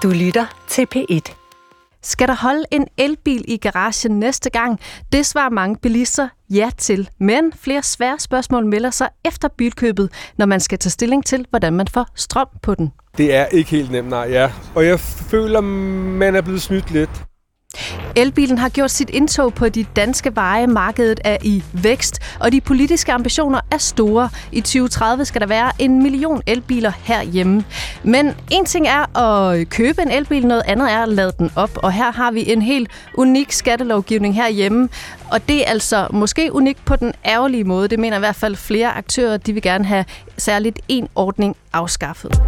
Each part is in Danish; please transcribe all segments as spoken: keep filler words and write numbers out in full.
Du lytter til P et. Skal der holde en elbil i garagen næste gang? Det svarer mange bilister ja til. Men flere svære spørgsmål melder sig efter bilkøbet, når man skal tage stilling til, hvordan man får strøm på den. Det er ikke helt nemt, nej, ja. Og jeg føler, man er blevet snydt lidt. Elbilen har gjort sit indtog på de danske veje. Markedet er i vækst, og de politiske ambitioner er store. I tyve tredive skal der være en million elbiler herhjemme. Men en ting er at købe en elbil, noget andet er at lade den op. Og her har vi en helt unik skattelovgivning herhjemme. Og det er altså måske unikt på den ærgerlige måde. Det mener i hvert fald flere aktører. De vil gerne have særligt en ordning afskaffet.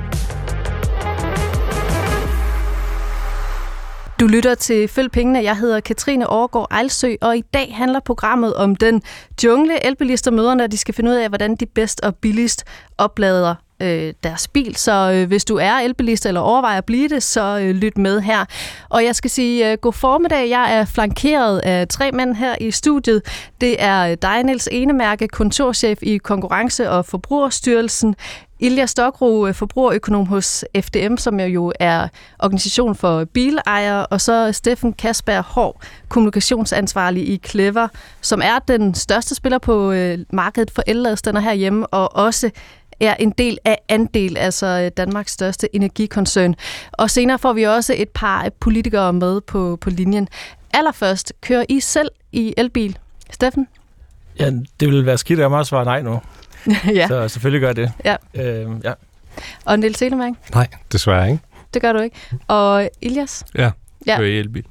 Du lytter til Følg Pengene. Jeg hedder Katrine Overgaard Ejlsø, og i dag handler programmet om den jungle, elbilister møder, når de skal finde ud af, hvordan de bedst og billigst oplader øh, deres bil. Så øh, hvis du er elbilist eller overvejer at blive det, så øh, lyt med her. Og jeg skal sige øh, god formiddag. Jeg er flankeret af tre mænd her i studiet. Det er dig, Niels Enemærke, kontorchef i Konkurrence- og Forbrugerstyrelsen. Ilja Stokro, forbrugerøkonom hos F D M, som jo er organisation for bilejere, og så Steffen Kasper Hår, kommunikationsansvarlig i Clever, som er den største spiller på markedet for elladestander herhjemme, og også er en del af Andel, altså Danmarks største energikoncern. Og senere får vi også et par politikere med på, på linjen. Allerførst, kører I selv i elbil? Steffen? Ja, det vil være skidt af mig at svare nej nu. Ja. Så selvfølgelig gør det. Ja. Øh, ja. Og Niels Enemærke? Nej, desværre ikke. Det gør du ikke. Og Ilias? Ja, ja. kører i elbil.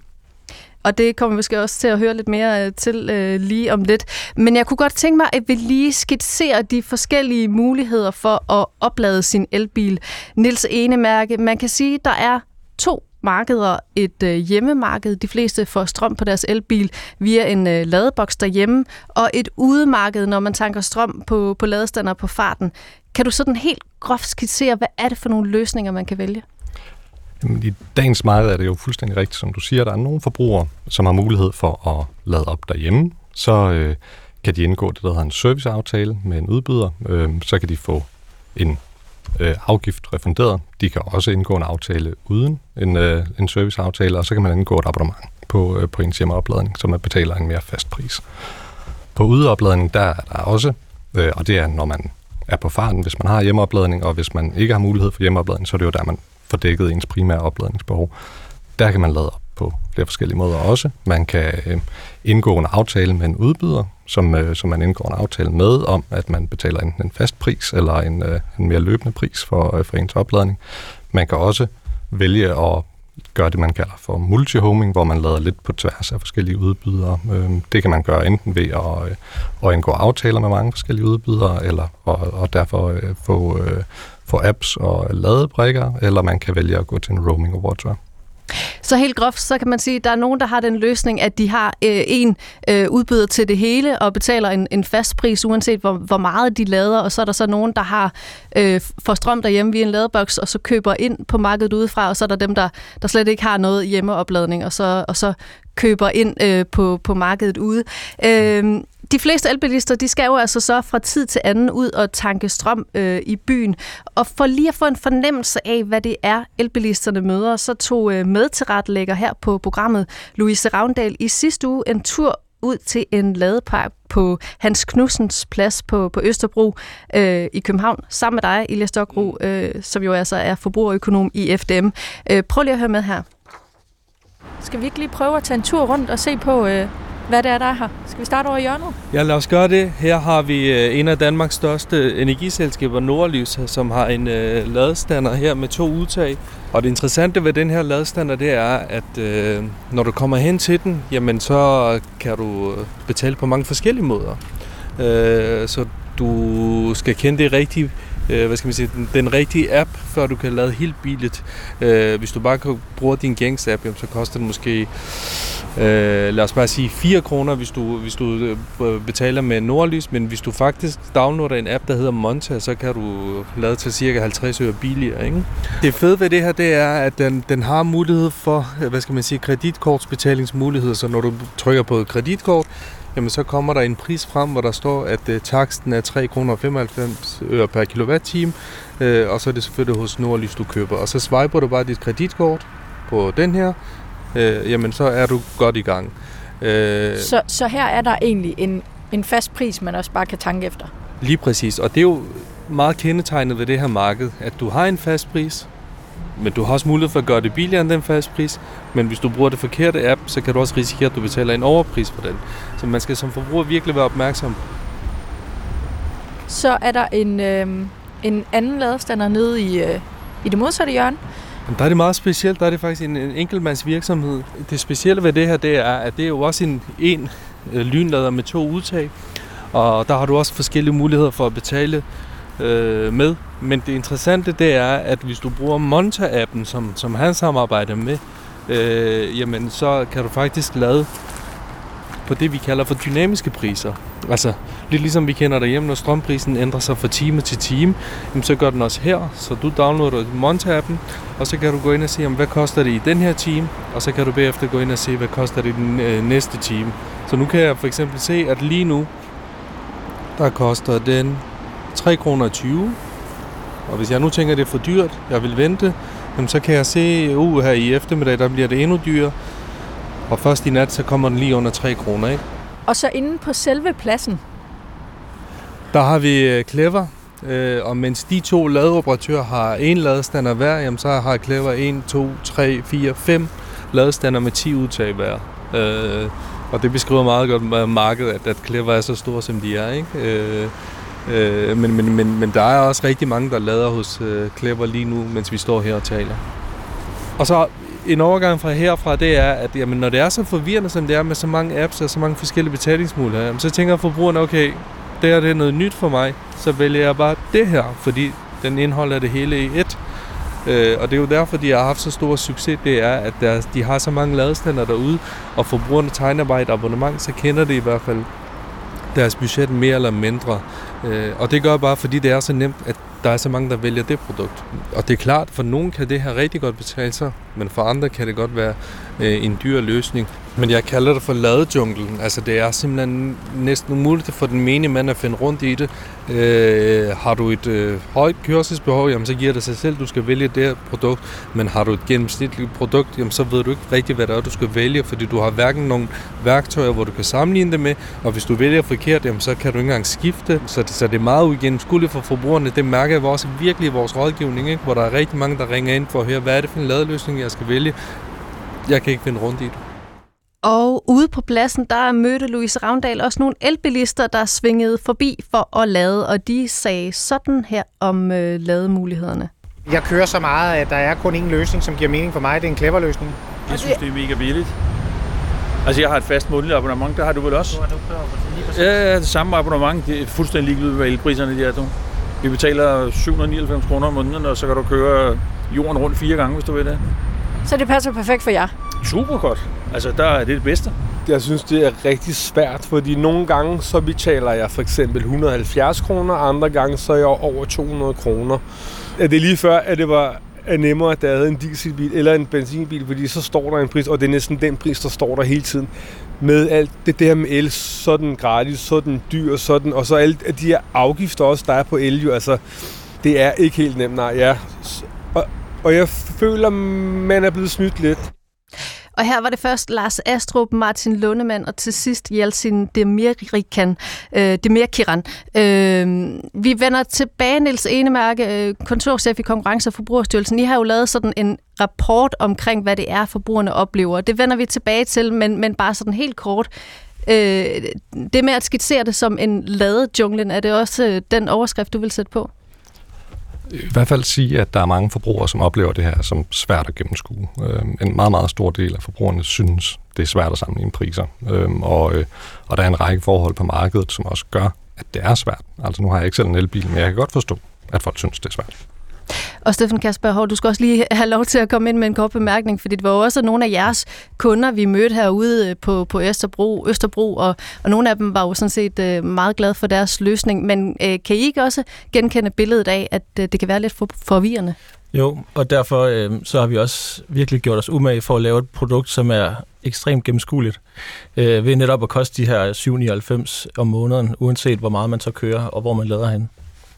Og det kommer vi måske også til at høre lidt mere til øh, lige om lidt. Men jeg kunne godt tænke mig, at vi lige skitserer de forskellige muligheder for at oplade sin elbil. Niels Enemærke, man kan sige, at der er to markeder. Et øh, hjemmemarked, de fleste får strøm på deres elbil via en øh, ladeboks derhjemme, og et udemarked, når man tanker strøm på, på ladestander på farten. Kan du sådan helt groft skitsere, hvad er det for nogle løsninger, man kan vælge? Jamen, i dagens marked er det jo fuldstændig rigtigt, som du siger. Der er nogle forbrugere, som har mulighed for at lade op derhjemme. Så øh, kan de indgå det, der hedder en serviceaftale med en udbyder. Øh, så kan de få en øh, afgift refunderet. De kan også indgå en aftale uden en, øh, en serviceaftale, og så kan man indgå et abonnement på, øh, på ens hjemmeopladning, så man betaler en mere fast pris. På udeopladning, der er der også, øh, og det er, når man er på farten, hvis man har hjemmeopladning, og hvis man ikke har mulighed for hjemmeopladning, så er det jo der, man får dækket ens primære opladningsbehov. Der kan man lade op på flere forskellige måder også. Man kan øh, indgå en aftale med en udbyder, som, øh, som man indgår en aftale med, om at man betaler enten en fast pris eller en, øh, en mere løbende pris for, øh, for ens opladning. Man kan også vælge at gøre det, man kalder for multihoming, hvor man lader lidt på tværs af forskellige udbydere. Øh, det kan man gøre enten ved at, øh, at indgå aftaler med mange forskellige udbydere, eller og, og derfor øh, få, øh, få apps og ladebrikker, eller man kan vælge at gå til en roaming operator. Så helt groft, så kan man sige, at der er nogen, der har den løsning, at de har øh, en øh, udbyder til det hele og betaler en, en fast pris, uanset hvor, hvor meget de lader, og så er der så nogen, der har øh, får strøm derhjemme via en ladeboks, og så køber ind på markedet udefra, og så er der dem, der, der slet ikke har noget hjemmeopladning, og så, og så køber ind øh, på, på markedet ude. Øh, De fleste elbilister, de skal jo altså så fra tid til anden ud og tanke strøm øh, i byen. Og for lige at få en fornemmelse af, hvad det er, elbilisterne møder, så tog øh, medtilrettelægger her på programmet, Louise Ravndal, i sidste uge en tur ud til en ladepark på Hans Knudsens plads på, på Østerbro øh, i København, sammen med dig, Ilja Stokro, øh, som jo altså er forbrugerøkonom i F D M. Øh, prøv lige at høre med her. Skal vi ikke lige prøve at tage en tur rundt og se på, øh, hvad det er, der er her? Skal vi starte over i hjørnet? Ja, lad os gøre det. Her har vi en af Danmarks største energiselskaber, Nordlys, som har en øh, ladestander her med to udtag. Og det interessante ved den her ladestander, det er, at øh, når du kommer hen til den, jamen så kan du betale på mange forskellige måder. Øh, så du skal kende det rigtige, øh, hvad skal man sige, den, den rigtige app, før du kan lade helt billigt. Øh, hvis du bare kan bruge din gængs-app, jamen, så koster det måske Øh, lad os bare sige fire kroner, hvis du, hvis du øh, betaler med Nordlys, men hvis du faktisk downloader en app, der hedder Monta, så kan du lade til cirka halvtreds øre billigere, ikke? Det fede ved det her, det er, at den, den har mulighed for, hvad skal man sige, kreditkortsbetalingsmuligheder, så når du trykker på et kreditkort, jamen så kommer der en pris frem, hvor der står, at øh, taksten er tre kroner femoghalvfems øre per kilowatt-time, øh, og så er det selvfølgelig hos Nordlys, du køber. Og så swiper du bare dit kreditkort på den her, øh, jamen så er du godt i gang. Øh, så, så her er der egentlig en, en fast pris, man også bare kan tanke efter? Lige præcis, og det er jo meget kendetegnet ved det her marked, at du har en fast pris, men du har også mulighed for at gøre det billigere end den fast pris, men hvis du bruger det forkerte app, så kan du også risikere, at du betaler en overpris for den. Så man skal som forbruger virkelig være opmærksom. Så er der en, øh, en anden ladestander nede i, øh, i det modsatte hjørne. Der er det meget specielt. Der er det faktisk en, en enkeltmands virksomhed. Det specielle ved det her, det er, at det er jo også en, en øh, lynlader med to udtag, og der har du også forskellige muligheder for at betale øh, med. Men det interessante, det er, at hvis du bruger Monta-appen, som, som han samarbejder med, øh, jamen så kan du faktisk lade på det, vi kalder for dynamiske priser. Altså lidt ligesom vi kender derhjemme, når strømprisen ændrer sig fra time til time, jamen, så gør den også her. Så du downloader Monta-appen, og så kan du gå ind og se, hvad koster det i den her time, og så kan du bagefter gå ind og se, hvad koster det i den øh, næste time. Så nu kan jeg for eksempel se, at lige nu, der koster den tre kroner tyve. Og hvis jeg nu tænker, at det er for dyrt, jeg vil vente, jamen, så kan jeg se, uh, her i eftermiddag, der bliver det endnu dyrere. Og først i nat, så kommer den lige under tre kroner, ikke? Og så inde på selve pladsen? Der har vi Clever, øh, og mens de to ladeoperatører har en ladestander hver, jamen, så har Clever en, to, tre, fire, fem ladestander med ti udtag hver. Øh, og det beskriver meget godt markedet, at, at Clever er så stor, som de er, ikke? Øh, øh, men, men, men, men der er også rigtig mange, der lader hos øh, Clever lige nu, mens vi står her og taler. Og så en overgang fra herfra, det er, at jamen, når det er så forvirrende, som det er med så mange apps og så mange forskellige betalingsmuligheder, så tænker forbrugerne, okay, det her det er noget nyt for mig, så vælger jeg bare det her, fordi den indeholder det hele i et. Øh, og det er jo derfor, de har haft så stor succes, det er, at der, de har så mange ladestander derude, og forbrugerne tegner bare et abonnement, så kender det i hvert fald deres budget mere eller mindre. Øh, og det gør bare, fordi det er så nemt, at der er så mange, der vælger det produkt. Og det er klart, for nogen kan det her rigtig godt betale sig, men for andre kan det godt være øh, en dyr løsning. Men jeg kalder det for ladejunglen. Altså det er simpelthen næsten umuligt for den menige mand at finde rundt i det. Øh, har du et øh, højt kørselsbehov, jamen så giver det sig selv, du skal vælge det her produkt. Men har du et gennemsnitligt produkt, jamen så ved du ikke rigtig, hvad det er, du skal vælge, fordi du har hverken nogle værktøjer, hvor du kan sammenligne det med, og hvis du vælger forkert, jamen så kan du ikke engang skifte. Så det, så det er meget uigennemskueligt for forbrugerne. Det mærker jeg også virkelig i vores rådgivning, ikke? Hvor der er rigtig mange, der ringer ind for at høre, hvad er det for en ladeløsning, jeg skal vælge. Jeg kan ikke finde rundt i det. Og ude på pladsen, der mødte Louise Ravndal også nogle elbilister, der svingede forbi for at lade, og de sagde sådan her om øh, lademulighederne. Jeg kører så meget, at der er kun én løsning, som giver mening for mig. Det er en Clever løsning. Jeg synes, det er mega billigt. Altså, jeg har et fast månedligt abonnement, der har du vel også? Ja, det samme abonnement. Det er fuldstændig ligegyldigt, hvad elpriserne de er, du. Vi betaler syv hundrede og nioghalvfems kroner om måneden, og så kan du køre jorden rundt fire gange, hvis du vil det. Så det passer perfekt for jer? Super godt. Altså, der er det det bedste. Jeg synes, det er rigtig svært, fordi nogle gange så betaler jeg for eksempel et hundrede og halvfjerds kroner, andre gange så er jeg over to hundrede kroner. Er det lige før, at det var nemmere, at der havde en dieselbil eller en benzinbil, fordi så står der en pris, og det er næsten den pris, der står der hele tiden. Med alt det der med el, så er den gratis, så er den dyr, så den, og så alle de her afgifter også, der er på el, jo, altså, det er ikke helt nemt, nej, ja. Og, og jeg føler, man er blevet snydt lidt. Og her var det først Lars Astrup, Martin Lundemann og til sidst Jelsin Demirkiran. Øh, Demirkiran. Øh, vi vender tilbage, Niels Enemærke, øh, kontorchef i Konkurrence- og Forbrugerstyrelsen. I har jo lavet sådan en rapport omkring, hvad det er, forbrugerne oplever. Det vender vi tilbage til, men, men bare sådan helt kort. Øh, det med at skitsere det som en ladejunglen, er det også øh, den overskrift, du vil sætte på? I hvert fald sige, at der er mange forbrugere, som oplever det her som svært at gennemskue. En meget, meget stor del af forbrugerne synes, det er svært at sammenligne priser. Og, og der er en række forhold på markedet, som også gør, at det er svært. Altså nu har jeg ikke selv en elbil, men jeg kan godt forstå, at folk synes, det er svært. Og Steffen Kasperhov, du skal også lige have lov til at komme ind med en kort bemærkning, fordi det var også nogle af jeres kunder, vi mødte herude på, på Østerbro, Østerbro og, og nogle af dem var jo sådan set øh, meget glade for deres løsning. Men øh, kan I ikke også genkende billedet af, at øh, det kan være lidt for, forvirrende? Jo, og derfor øh, så har vi også virkelig gjort os umage for at lave et produkt, som er ekstremt gennemskueligt. Øh, ved netop at koste de her syv komma nioghalvfems om måneden, uanset hvor meget man så kører og hvor man lader hen.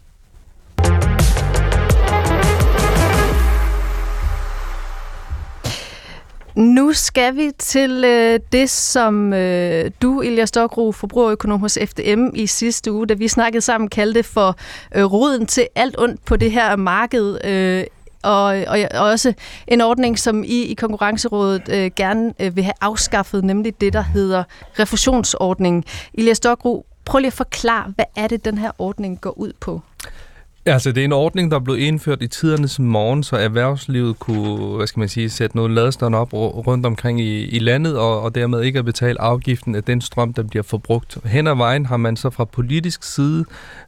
Nu skal vi til øh, det, som øh, du, Ilja Stokro, forbrugerøkonom hos F D M i sidste uge, da vi snakkede sammen, kaldte for øh, roden til alt ondt på det her marked. Øh, og, og, og også en ordning, som I i Konkurrencerådet øh, gerne øh, vil have afskaffet, nemlig det, der hedder refusionsordningen. Ilja Stokro, prøv lige at forklare, hvad er det, den her ordning går ud på? Altså, det er en ordning, der blev indført i tidernes morgen, så erhvervslivet kunne, hvad skal man sige, sætte nogle ladestånd op rundt omkring i, i landet, og, og dermed ikke at betale afgiften af den strøm, der bliver forbrugt. Hen ad vejen har man så fra politisk side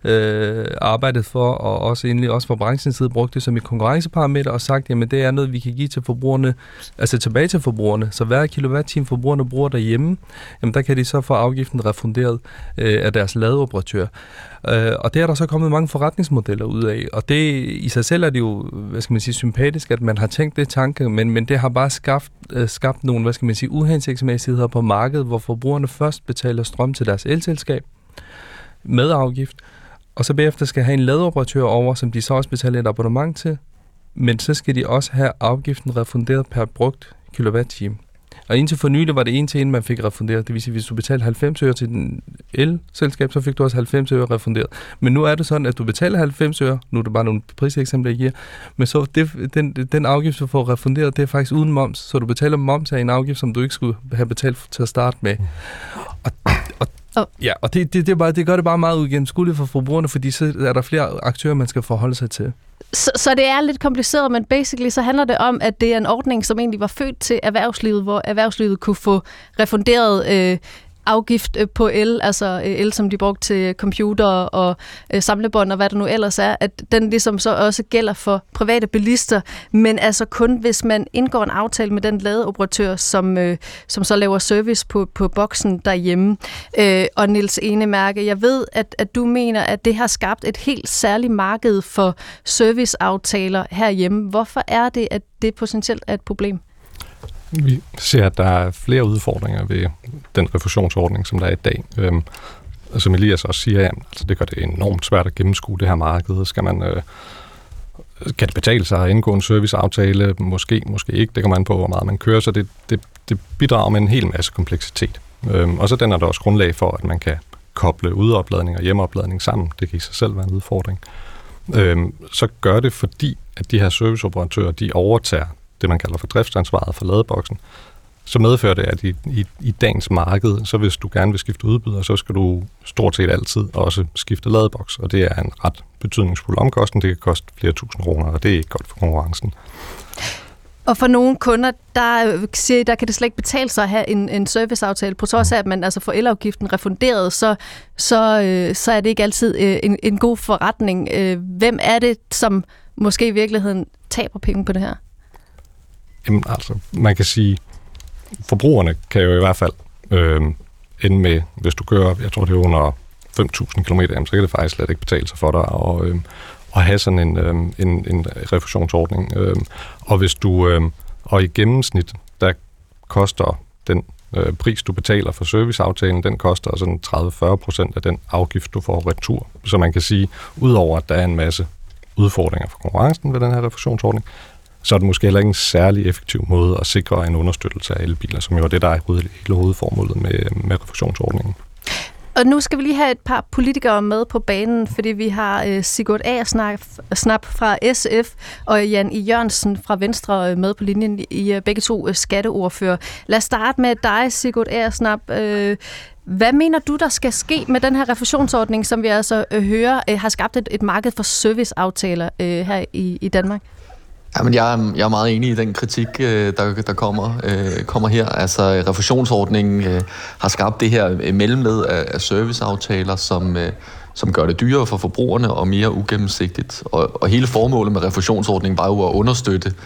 øh, arbejdet for, og også egentlig også fra branchens side brugt det som et konkurrenceparameter, og sagt, jamen det er noget, vi kan give til forbrugerne, altså tilbage til forbrugerne. Så hver kilowatt-time forbrugerne bruger derhjemme, jamen der kan de så få afgiften refunderet øh, af deres ladeoperatør. Øh, og det er der så kommet mange forretningsmodeller ud af, og det i sig selv er det jo, hvad skal man sige, sympatisk, at man har tænkt det tanke, men, men det har bare skabt, øh, skabt nogle, hvad skal man sige, uhensigtsmæssigheder på markedet, hvor forbrugerne først betaler strøm til deres elselskab med afgift, og så bagefter skal have en ladeoperatør over, som de så også betaler et abonnement til, men så skal de også have afgiften refunderet per brugt kilowatt-time. Og indtil for nylig var det en til en, man fik refunderet. Det vil sige, hvis du betalte halvfems øre til den el-selskab, så fik du også halvfems øre refunderet. Men nu er det sådan, at du betaler halvfems øre, nu er det bare nogle priseksempler, jeg giver, men så det, den, den afgift, du får refunderet, det er faktisk uden moms. Så du betaler moms af en afgift, som du ikke skulle have betalt til at starte med. Og, og Oh. Ja, og det, det, det, er bare, det gør det bare meget uigennemskueligt for forbrugerne, fordi så er der flere aktører, man skal forholde sig til. Så, så det er lidt kompliceret, men basically så handler det om, at det er en ordning, som egentlig var født til erhvervslivet, hvor erhvervslivet kunne få refunderet øh, afgift på el, altså el, som de brugte til computer og øh, samlebånd og hvad der nu ellers er, at den ligesom så også gælder for private bilister, men altså kun hvis man indgår en aftale med den ladeoperatør, som, øh, som så laver service på, på boksen derhjemme. Øh, og Niels Enemærke, jeg ved, at, at du mener, at det har skabt et helt særligt marked for serviceaftaler herhjemme. Hvorfor er det, at det potentielt er et problem? Vi ser, at der er flere udfordringer ved den refusionsordning, som der er i dag. Øhm, som Elias også siger, ja, altså det gør det enormt svært at gennemskue det her marked. Skal man, øh, kan det betale sig at indgå en serviceaftale? Måske, måske ikke. Det kommer an på, hvor meget man kører, så det, det, det bidrager med en hel masse kompleksitet. Øhm, og så den er der også grundlag for, at man kan koble udopladning og hjemmeopladning sammen. Det kan i sig selv være en udfordring. Øhm, så gør det, fordi at de her serviceoperatører, de overtager det, man kalder for driftsansvaret for ladeboksen, så medfører det, at i, i, i dagens marked, så hvis du gerne vil skifte udbyder, så skal du stort set altid også skifte ladeboks, og det er en ret betydningsfuld omkostning. Det kan koste flere tusind kroner, og det er ikke godt for konkurrencen. Og for nogle kunder, der, siger, der kan det slet ikke betale sig at have en, en serviceaftale, på trods af, at man altså får elafgiften refunderet, så, så, øh, så er det ikke altid øh, en, en god forretning. Øh, hvem er det, som måske i virkeligheden taber penge på det her? Jamen altså, man kan sige, forbrugerne kan jo i hvert fald øh, ende med, hvis du kører, jeg tror det er under fem tusind kilometer, så kan det faktisk slet ikke betale sig for dig at, øh, at have sådan en, øh, en, en refusionsordning. Øh, og hvis du, øh, og i gennemsnit, der koster den øh, pris, du betaler for serviceaftalen, den koster sådan tredive til fyrre procent af den afgift, du får retur. Så man kan sige, udover at der er en masse udfordringer for konkurrencen ved den her refusionsordning, så er det måske heller ikke en særlig effektiv måde at sikre en understøttelse af elbiler, som jo er det, der er hele hovedformålet med, med refusionsordningen. Og nu skal vi lige have et par politikere med på banen, fordi vi har uh, Sigurd Agersnap fra S F og Jan E. Jørgensen fra Venstre med på linjen. I uh, begge to uh, skatteordfører. Lad os starte med dig, Sigurd Agersnap. Uh, Hvad mener du, der skal ske med den her refusionsordning, som vi altså uh, hører uh, har skabt et, et marked for serviceaftaler uh, her i, i Danmark? Jamen, jeg er, jeg er meget enig i den kritik, der, der kommer, øh, kommer her. Altså, refusionsordningen øh, har skabt det her mellemled af, af serviceaftaler, som, øh, som gør det dyrere for forbrugerne og mere ugennemsigtigt. Og, og hele formålet med refusionsordningen var jo at understøtte,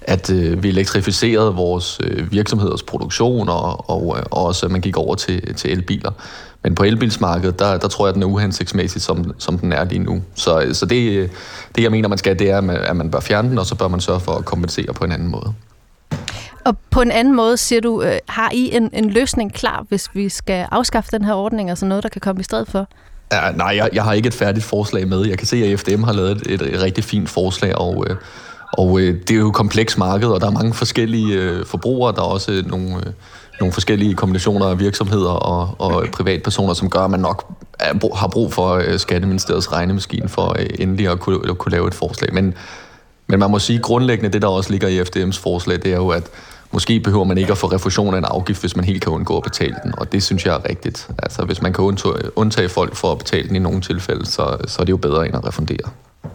at øh, vi elektrificerede vores øh, virksomheders produktion, og, og, og også at man gik over til, til elbiler. Men på elbilsmarkedet, der, der tror jeg, at den er uhensigtsmæssig, som, som den er lige nu. Så, så det, det, jeg mener, man skal, det er, at man bør fjerne den, og så bør man sørge for at kompensere på en anden måde. Og på en anden måde, siger du, øh, har I en, en løsning klar, hvis vi skal afskaffe den her ordning, altså noget, der kan komme i stedet for? Ja, nej, jeg, jeg har ikke et færdigt forslag med. Jeg kan se, at F D M har lavet et, et, et rigtig fint forslag, og, øh, og øh, det er jo et komplekst marked, og der er mange forskellige øh, forbrugere. Der er også nogle, øh, nogle forskellige kombinationer af virksomheder og, og privatpersoner, som gør, at man nok er, har brug for øh, Skatteministeriets regnemaskine for øh, endelig at kunne, at kunne lave et forslag. Men, men man må sige, grundlæggende, det der også ligger i F D M's forslag, det er jo, at måske behøver man ikke at få refusion af en afgift, hvis man helt kan undgå at betale den, og det synes jeg er rigtigt. Altså, hvis man kan undtage folk for at betale den i nogle tilfælde, så, så er det jo bedre end at refundere.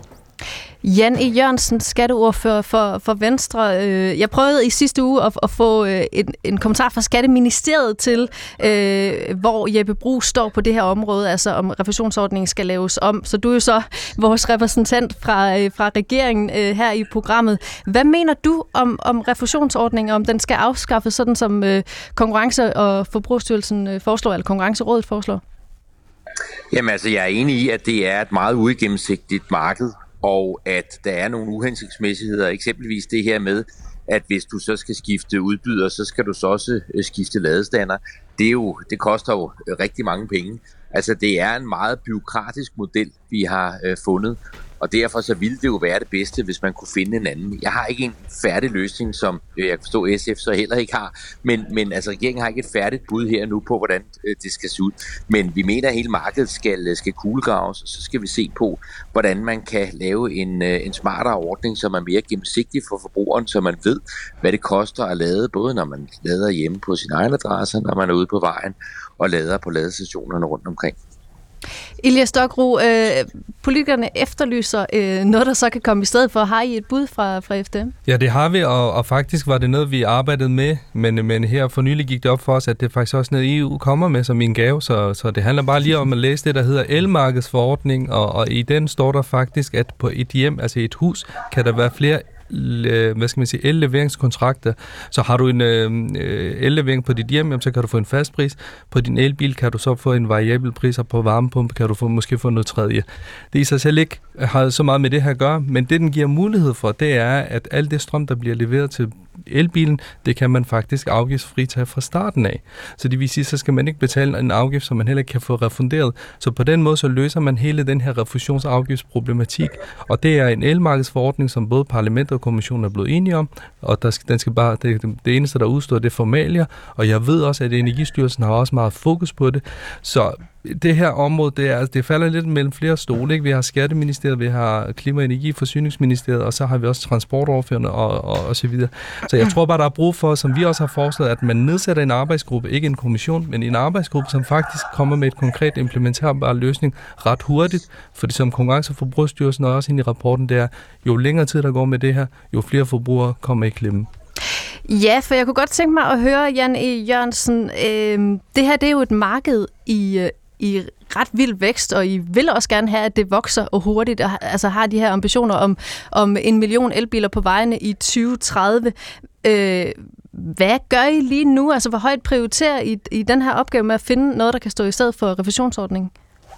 Jan E. Jørgensen, skatteordfører for, for Venstre. Jeg prøvede i sidste uge at, at få en, en kommentar fra Skatteministeriet til, øh, hvor Jeppe Bruus står på det her område, altså om refusionsordningen skal laves om. Så du er jo så vores repræsentant fra, fra regeringen øh, her i programmet. Hvad mener du om, om refusionsordningen, om den skal afskaffes, sådan som øh, Konkurrence- og Forbrugerstyrelsen foreslår, eller Konkurrencerådet foreslår? Jamen altså, jeg er enig i, at det er et meget uigennemsigtigt marked, og at der er nogle uhensigtsmæssigheder, eksempelvis det her med, at hvis du så skal skifte udbyder, så skal du så også skifte ladestander. Det, er jo, det koster jo rigtig mange penge. Altså det er en meget bureaukratisk model, vi har øh, fundet, og derfor så ville det jo være det bedste, hvis man kunne finde en anden. Jeg har ikke en færdig løsning, som øh, jeg kan forstå S F så heller ikke har, men, men altså regeringen har ikke et færdigt bud her nu på, hvordan øh, det skal se ud. Men vi mener, at hele markedet skal, skal kuglegraves, og så skal vi se på, hvordan man kan lave en, øh, en smartere ordning, som er mere gennemsigtig for forbrugeren, så man ved, hvad det koster at lade, både når man lader hjemme på sin egen adresse, når man er ude på vejen, og lader på ladestationerne rundt omkring. Ilja Stokroe, øh, politikerne efterlyser øh, noget, der så kan komme i stedet for. Har I et bud fra, fra F D M? Ja, det har vi, og, og faktisk var det noget, vi arbejdede med, men, men her for nylig gik det op for os, at det faktisk også noget, E U kommer med som en gave, så, så det handler bare lige om at læse det, der hedder elmarkedsforordning, og, og i den står der faktisk, at på et hjem, altså et hus, kan der være flere hvad skal man sige, el-leveringskontrakter. Så har du en øh, el-levering på dit hjem, så kan du få en fast pris. På din elbil kan du så få en variabel pris, og på varmepumpe kan du få, måske få noget tredje. Det i sig selv ikke har så meget med det her at gøre, men det, den giver mulighed for, det er, at alt det strøm, der bliver leveret til elbilen, det kan man faktisk afgiftsfritage fra starten af. Så det vil sige, så skal man ikke betale en afgift, som man heller ikke kan få refunderet. Så på den måde, så løser man hele den her refusionsafgiftsproblematik, og det er en elmarkedsforordning, som både parlamentet og kommissionen er blevet enige om, og der skal, den skal bare, det, det eneste, der udstår, det er formalier, og jeg ved også, at Energistyrelsen har også meget fokus på det. Så det her område, det, er, det falder lidt mellem flere stole. Ikke? Vi har Skatteministeriet, vi har Klima-, Energi- og Forsyningsministeriet, og så har vi også transportoverførende og, og, og så videre. Så jeg tror bare, der er brug for, som vi også har foreslået, at man nedsætter en arbejdsgruppe, ikke en kommission, men en arbejdsgruppe, som faktisk kommer med et konkret implementerbar løsning ret hurtigt. Fordi som Konkurrence- og Forbrugerstyrelsen og også ind i rapporten, det er, jo længere tid der går med det her, jo flere forbrugere kommer i klemme. Ja, for jeg kunne godt tænke mig at høre, Jan E. Jørgensen, øh, det her det er jo et marked i, i ret vild vækst, og I vil også gerne have, at det vokser og hurtigt, og altså har de her ambitioner om, om en million elbiler på vejene i tyve tredive. Øh, hvad gør I lige nu? Altså, hvor højt prioriterer I, I den her opgave med at finde noget, der kan stå i stedet for refusionsordningen?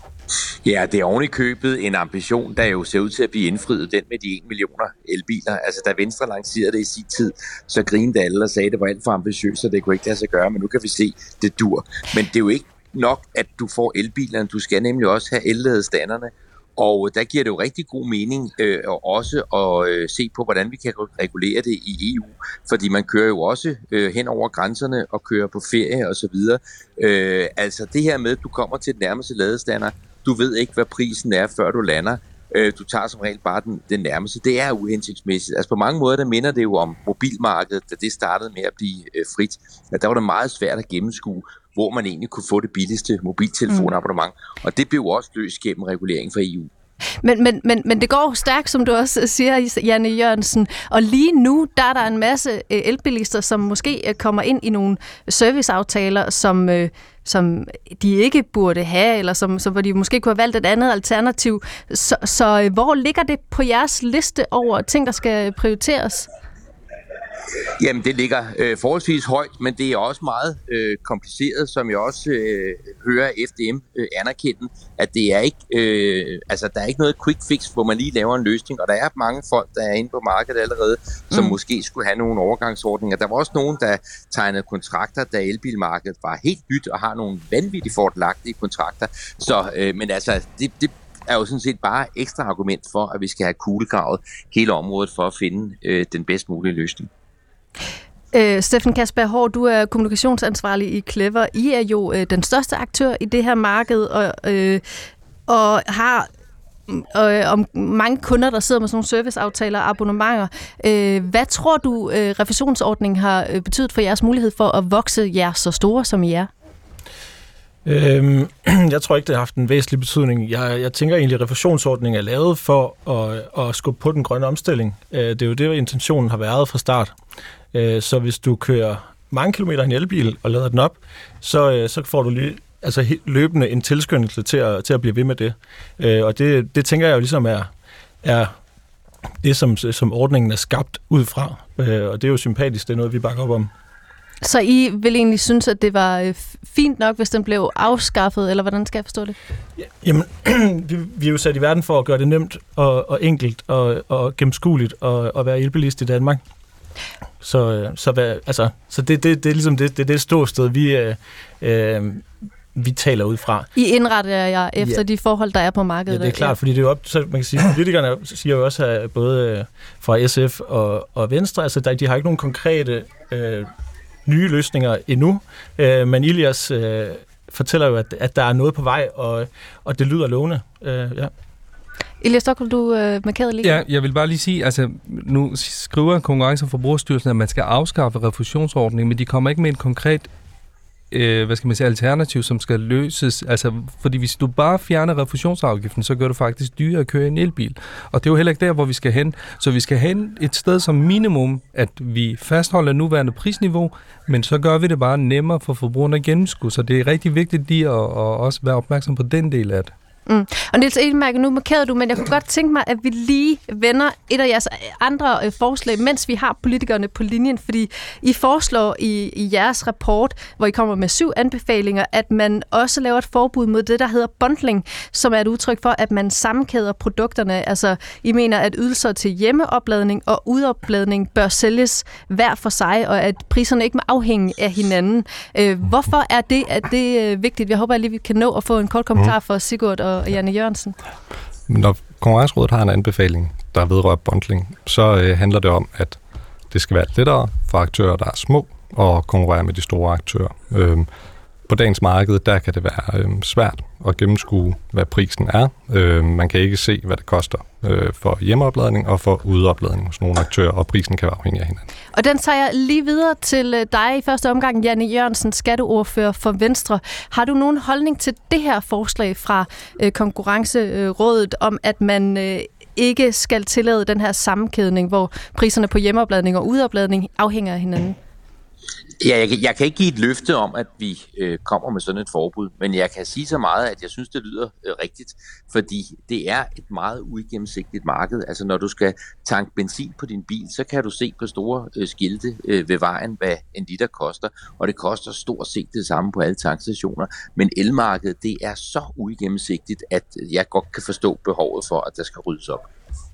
Ja, det er oven i købet en ambition, der jo ser ud til at blive indfriet, den med de en millioner elbiler. Altså, da Venstre lancerede det i sin tid, så grinede alle og sagde, at det var alt for ambitiøst, og det kunne ikke lade sig gøre, men nu kan vi se, det dur. Men det er jo ikke nok, at du får elbilerne. Du skal nemlig også have elladestanderne, og der giver det jo rigtig god mening øh, også at øh, se på, hvordan vi kan regulere det i E U, fordi man kører jo også øh, hen over grænserne og kører på ferie og så videre. Øh, altså det her med, at du kommer til den nærmeste ladestander, du ved ikke, hvad prisen er, før du lander. Øh, du tager som regel bare den, den nærmeste. Det er uhensigtsmæssigt. Altså på mange måder, der minder det jo om mobilmarkedet, da det startede med at blive øh, frit. Ja, der var det meget svært at gennemskue, hvor man egentlig kunne få det billigste mobiltelefonabonnement. Mm. Og det blev også løst gennem regulering fra E U. Men, men, men, men det går stærkt, som du også siger, Jan E. Jørgensen. Og lige nu, der er der en masse elbilister, som måske kommer ind i nogle serviceaftaler, som, som de ikke burde have, eller som, som, hvor de måske kunne have valgt et andet alternativ. Så, så hvor ligger det på jeres liste over ting, der skal prioriteres? Jamen, det ligger øh, forholdsvis højt, men det er også meget øh, kompliceret, som jeg også øh, hører F D M øh, anerkende, at det er ikke, øh, altså, der er ikke noget quick fix, hvor man lige laver en løsning, og der er mange folk, der er inde på markedet allerede, som mm. måske skulle have nogle overgangsordninger. Der var også nogen, der tegnede kontrakter, da elbilmarkedet var helt nyt og har nogle vanvittigt fordelagtige kontrakter. Så, øh, men altså, det, det er jo sådan set bare ekstra argument for, at vi skal have kuglegravet hele området for at finde øh, den bedst mulige løsning. Øh, Steffen Kasper Hård, du er kommunikationsansvarlig i Clever. I er jo øh, den største aktør i det her marked, og, øh, og har øh, om mange kunder, der sidder med sådan nogle serviceaftaler og abonnementer. Øh, hvad tror du, øh, refusionsordningen har øh, betydet for jeres mulighed for at vokse jer så store, som I er? Øhm, jeg tror ikke, det har haft en væsentlig betydning. Jeg, jeg tænker egentlig, at refusionsordningen er lavet for at, at skubbe på den grønne omstilling. Det er jo det, intentionen har været fra start. Så hvis du kører mange kilometer i en elbil og lader den op, så, så får du lige, altså løbende en tilskyndelse til at, til at blive ved med det. Og det, det tænker jeg jo ligesom er, er det, som, som ordningen er skabt ud fra. Og det er jo sympatisk, det er noget, vi bakker op om. Så I vil egentlig synes, at det var fint nok, hvis den blev afskaffet, eller hvordan skal jeg forstå det? Jamen, vi, vi er jo sat i verden for at gøre det nemt og, og enkelt og, og gennemskueligt at, at være elbilist i Danmark. Så, så, hvad, altså, så det, det, det er ligesom det, det, det ståsted, vi, øh, øh, vi taler ud fra. I indretter jer efter ja. de forhold, der er på markedet? Ja, det er klart, ja. fordi det er jo op, så man kan sige, politikerne siger jo også, at både fra S F og, og Venstre, altså der, de har ikke nogen konkrete øh, nye løsninger endnu, øh, men Ilias øh, fortæller jo, at, at der er noget på vej, og, og det lyder lovende. Øh, ja. Elias Stokkel, du øh, markerede lige. Ja, jeg vil bare lige sige, altså nu skriver Konkurrence- og Forbrugerstyrelsen, at man skal afskaffe refusionsordningen, men de kommer ikke med en konkret øh, hvad skal man sige, alternativ, som skal løses. Altså, fordi hvis du bare fjerner refusionsafgiften, så gør du faktisk dyrere at køre en elbil. Og det er jo heller ikke der, hvor vi skal hen. Så vi skal hen et sted som minimum, at vi fastholder nuværende prisniveau, men så gør vi det bare nemmere for forbrugerne at gennemskue. Så det er rigtig vigtigt lige at, at også være opmærksom på den del af det. Mm. Og Niels Edelmark, nu markerede du, men jeg kunne godt tænke mig, at vi lige vender et af jeres andre øh, forslag, mens vi har politikerne på linjen, fordi I foreslår i, i jeres rapport, hvor I kommer med syv anbefalinger, at man også laver et forbud mod det, der hedder bundling, som er et udtryk for, at man sammenkæder produkterne. Altså, I mener, at ydelser til hjemmeopladning og udopladning bør sælges hver for sig, og at priserne ikke må afhænge af hinanden. Øh, hvorfor er det, at det er vigtigt? Jeg håber, at lige vi kan nå at få en kort kommentar for Sigurd og og Janne Jørgensen. Når Konkurrencerådet har en anbefaling, der vedrører bundling, så øh, handler det om, at det skal være lettere for aktører, der er små, og konkurrere med de store aktører. Øhm, på dagens marked, der kan det være øhm, svært at gennemskue, hvad prisen er. Øhm, man kan ikke se, hvad det koster øh, for hjemmeopladning og for udopladning hos nogle aktører, og prisen kan være afhængig af hinanden. Og den tager jeg lige videre til dig i første omgang, Janne Jørgensen, skatteordfører for Venstre. Har du nogen holdning til det her forslag fra øh, Konkurrencerådet om, at man øh, ikke skal tillade den her sammenkædning, hvor priserne på hjemmeopladning og udopladning afhænger af hinanden? Ja, jeg, jeg kan ikke give et løfte om, at vi øh, kommer med sådan et forbud, men jeg kan sige så meget, at jeg synes, det lyder øh, rigtigt, fordi det er et meget uigennemsigtigt marked. Altså når du skal tanke benzin på din bil, så kan du se på store øh, skilte øh, ved vejen, hvad en liter koster, og det koster stort set det samme på alle tankstationer. Men elmarkedet, det er så uigennemsigtigt, at jeg godt kan forstå behovet for, at der skal ryddes op.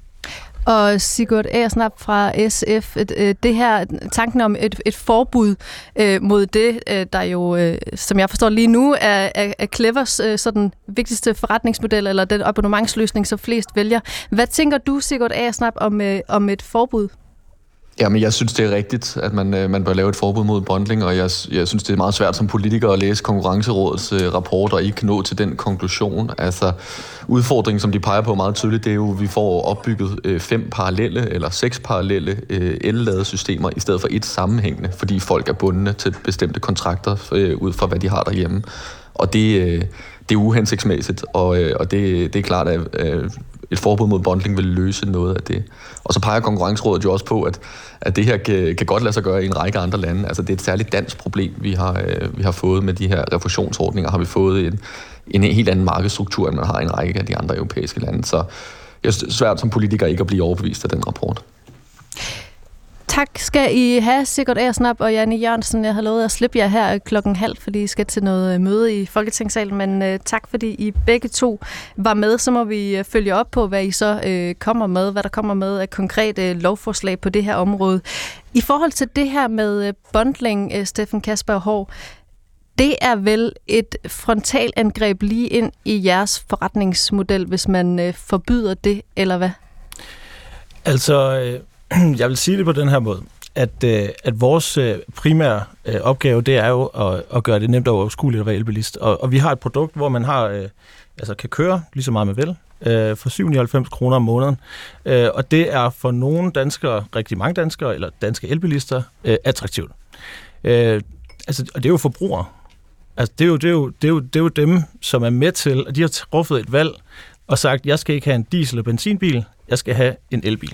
Og Sigurd Agersnap fra S F, det her tanken om et, et forbud øh, mod det, øh, der jo, øh, som jeg forstår lige nu, er, er, er Clevers øh, sådan vigtigste forretningsmodel, eller den abonnementsløsning, som flest vælger. Hvad tænker du, Sigurd Agersnap, om, øh, om et forbud? Jamen, jeg synes, det er rigtigt, at man, man bør lave et forbud mod bundling, og jeg, jeg synes, det er meget svært som politiker at læse Konkurrencerådets uh, rapport og ikke nå til den konklusion. Altså, udfordringen, som de peger på meget tydeligt, det er jo, at vi får opbygget uh, fem parallelle eller seks parallelle uh, el-ladesystemer i stedet for et sammenhængende, fordi folk er bundne til bestemte kontrakter uh, ud fra, hvad de har derhjemme. Og det, uh, det er uhensigtsmæssigt, og, uh, og det, det er klart, at uh, et forbud mod bundling vil løse noget af det. Og så peger Konkurrencerådet jo også på, at, at det her kan, kan godt lade sig gøre i en række andre lande. Altså det er et særligt dansk problem, vi har, øh, vi har fået med de her refusionsordninger. Har vi fået en, en helt anden markedsstruktur, end man har i en række af de andre europæiske lande. Så det er svært som politiker ikke at blive overbevist af den rapport. Tak skal I have, Sigurd Agersnap og Janne Jørgensen. Jeg har lovet at slippe jer her klokken halv, fordi I skal til noget møde i Folketingssalen. Men uh, tak, fordi I begge to var med. Så må vi uh, følge op på, hvad I så uh, kommer med, hvad der kommer med af konkrete uh, lovforslag på det her område. I forhold til det her med uh, bundling, uh, Steffen Kasper Haahr, det er vel et frontalangreb lige ind i jeres forretningsmodel, hvis man uh, forbyder det, eller hvad? Altså, øh, jeg vil sige det på den her måde, at, øh, at vores øh, primære øh, opgave, det er jo at, at gøre det nemt og overskueligt at være elbilist. Og, og vi har et produkt, hvor man har, øh, altså kan køre lige så meget med vel, øh, for syv hundrede og nioghalvfems kroner om måneden. Øh, og det er for nogle danskere, rigtig mange danskere, eller danske elbilister, øh, attraktivt. Øh, altså, og det er jo forbrugere. Altså, det er jo, det, er jo, det, er jo, det er jo dem, som er med til, at de har truffet et valg og sagt, jeg skal ikke have en diesel- og benzinbil, jeg skal have en elbil.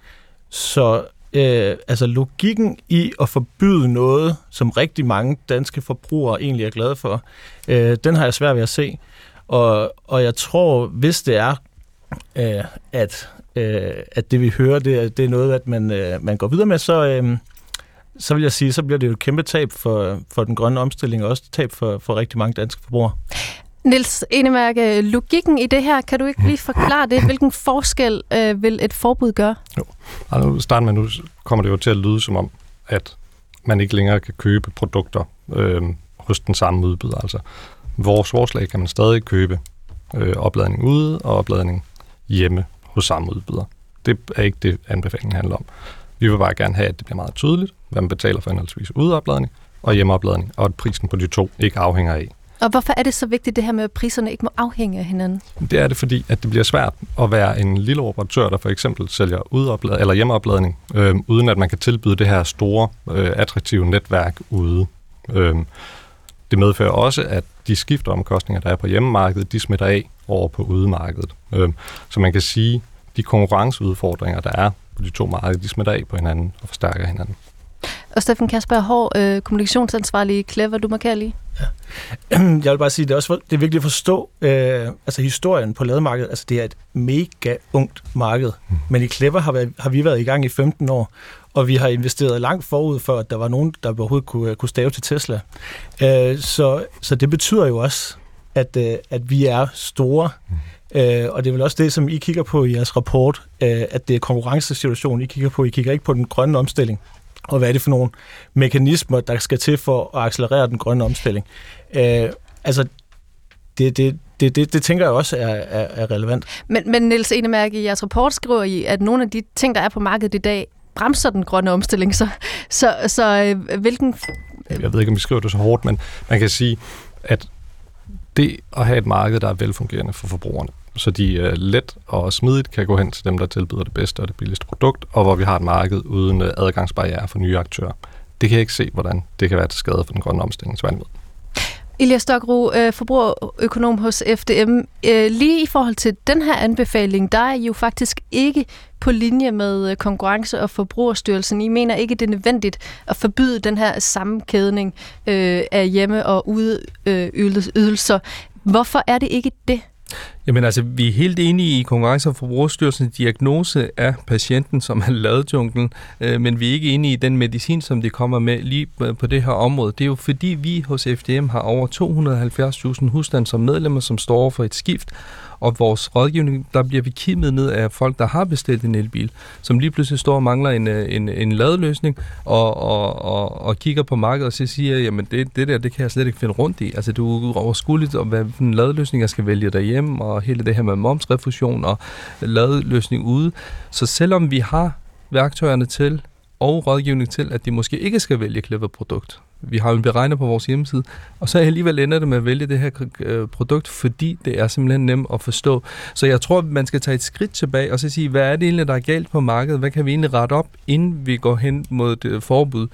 Så øh, altså logikken i at forbyde noget, som rigtig mange danske forbrugere egentlig er glade for, øh, den har jeg svært ved at se. Og, og jeg tror, hvis det er, øh, at, øh, at det vi hører, det er, det er noget, at man, øh, man går videre med, så, øh, så vil jeg sige, så bliver det jo et kæmpe tab for, for den grønne omstilling, og også et tab for, for rigtig mange danske forbrugere. Niels Enemark, logikken i det her, kan du ikke lige forklare det? Hvilken forskel øh, vil et forbud gøre? Jo, altså nu starten med, nu kommer det jo til at lyde som om, at man ikke længere kan købe produkter øh, hos den samme udbyder. Altså, vores forslag kan man stadig købe øh, opladning ude og opladning hjemme hos samme udbyder. Det er ikke det, anbefalingen handler om. Vi vil bare gerne have, at det bliver meget tydeligt, hvad man betaler for henholdsvis udeopladning og hjemmeopladning, og at prisen på de to ikke afhænger af. Og hvorfor er det så vigtigt, det her med, at priserne ikke må afhænge af hinanden? Det er det, fordi at det bliver svært at være en lille operatør, der for eksempel sælger udeopladning eller hjemmeopladning, øh, uden at man kan tilbyde det her store, øh, attraktive netværk ude. Øh, det medfører også, at de skifteomkostninger, der er på hjemmemarkedet, de smitter af over på udemarkedet. Øh, så man kan sige, de konkurrenceudfordringer, der er på de to markeder, de smitter af på hinanden og forstærker hinanden. Og Steffen Kasper Haahr, øh, kommunikationsansvarlig i Clever, du markerer lige. Ja. Jeg vil bare sige, det er også det er vigtigt at forstå øh, altså historien på lademarkedet. Altså det er et mega ungt marked, mm. men i Clever har vi, har vi været i gang i femten år, og vi har investeret langt forud for, at der var nogen, der overhovedet kunne, kunne stave til Tesla. Øh, så, så det betyder jo også, at, øh, at vi er store, mm. øh, og det er vel også det, som I kigger på i jeres rapport, øh, at det er konkurrencesituationen, I kigger på. I kigger ikke på den grønne omstilling. Og hvad er det for nogle mekanismer, der skal til for at accelerere den grønne omstilling? Øh, altså, det, det, det, det, det tænker jeg også er, er, er relevant. Men, men Niels Enemark, i jeres rapport skriver I, at nogle af de ting, der er på markedet i dag, bremser den grønne omstilling. Så, så, så øh, hvilken... Jeg ved ikke, om vi skriver det så hårdt, men man kan sige, at det at have et marked, der er velfungerende for forbrugerne, så de øh, let og smidigt kan gå hen til dem, der tilbyder det bedste og det billigste produkt, og hvor vi har et marked uden øh, adgangsbarriere for nye aktører. Det kan jeg ikke se, hvordan det kan være til skade for den grønne omstilling. Tværtimod. Ilja Stokro, øh, forbrugerøkonom hos F D M. Øh, lige i forhold til den her anbefaling, der er I jo faktisk ikke på linje med Konkurrence- og Forbrugerstyrelsen. I mener ikke, det er nødvendigt at forbyde den her sammenkædning øh, af hjemme- og udeydelser. Hvorfor er det ikke det? Jamen altså, vi er helt enige i Konkurrence- og Forbrugerstyrelsens diagnose af patienten, som er ladejunglen, øh, men vi er ikke enige i den medicin, som de kommer med lige på det her område. Det er jo fordi, vi hos F D M har over to hundrede og halvfjerds tusind husstande som medlemmer, som står over for et skift, og vores rådgivning, der bliver vi kimmet ned af folk, der har bestilt en elbil, som lige pludselig står og mangler en, en, en ladeløsning, og, og, og, og kigger på markedet og så siger, jamen det, det der, det kan jeg slet ikke finde rundt i. Altså det er overskueligt, om hvad en ladeløsning jeg skal vælge derhjemme, og hele det her med momsrefusion og ladeløsning ude. Så selvom vi har værktøjerne til, og rådgivning til, at de måske ikke skal vælge Clever-produkt. Vi har jo en beregner på vores hjemmeside, og så alligevel ender det med at vælge det her øh, produkt, fordi det er simpelthen nemt at forstå. Så jeg tror, man skal tage et skridt tilbage og så sige, hvad er det egentlig, der er galt på markedet? Hvad kan vi egentlig rette op, inden vi går hen mod et øh, forbud?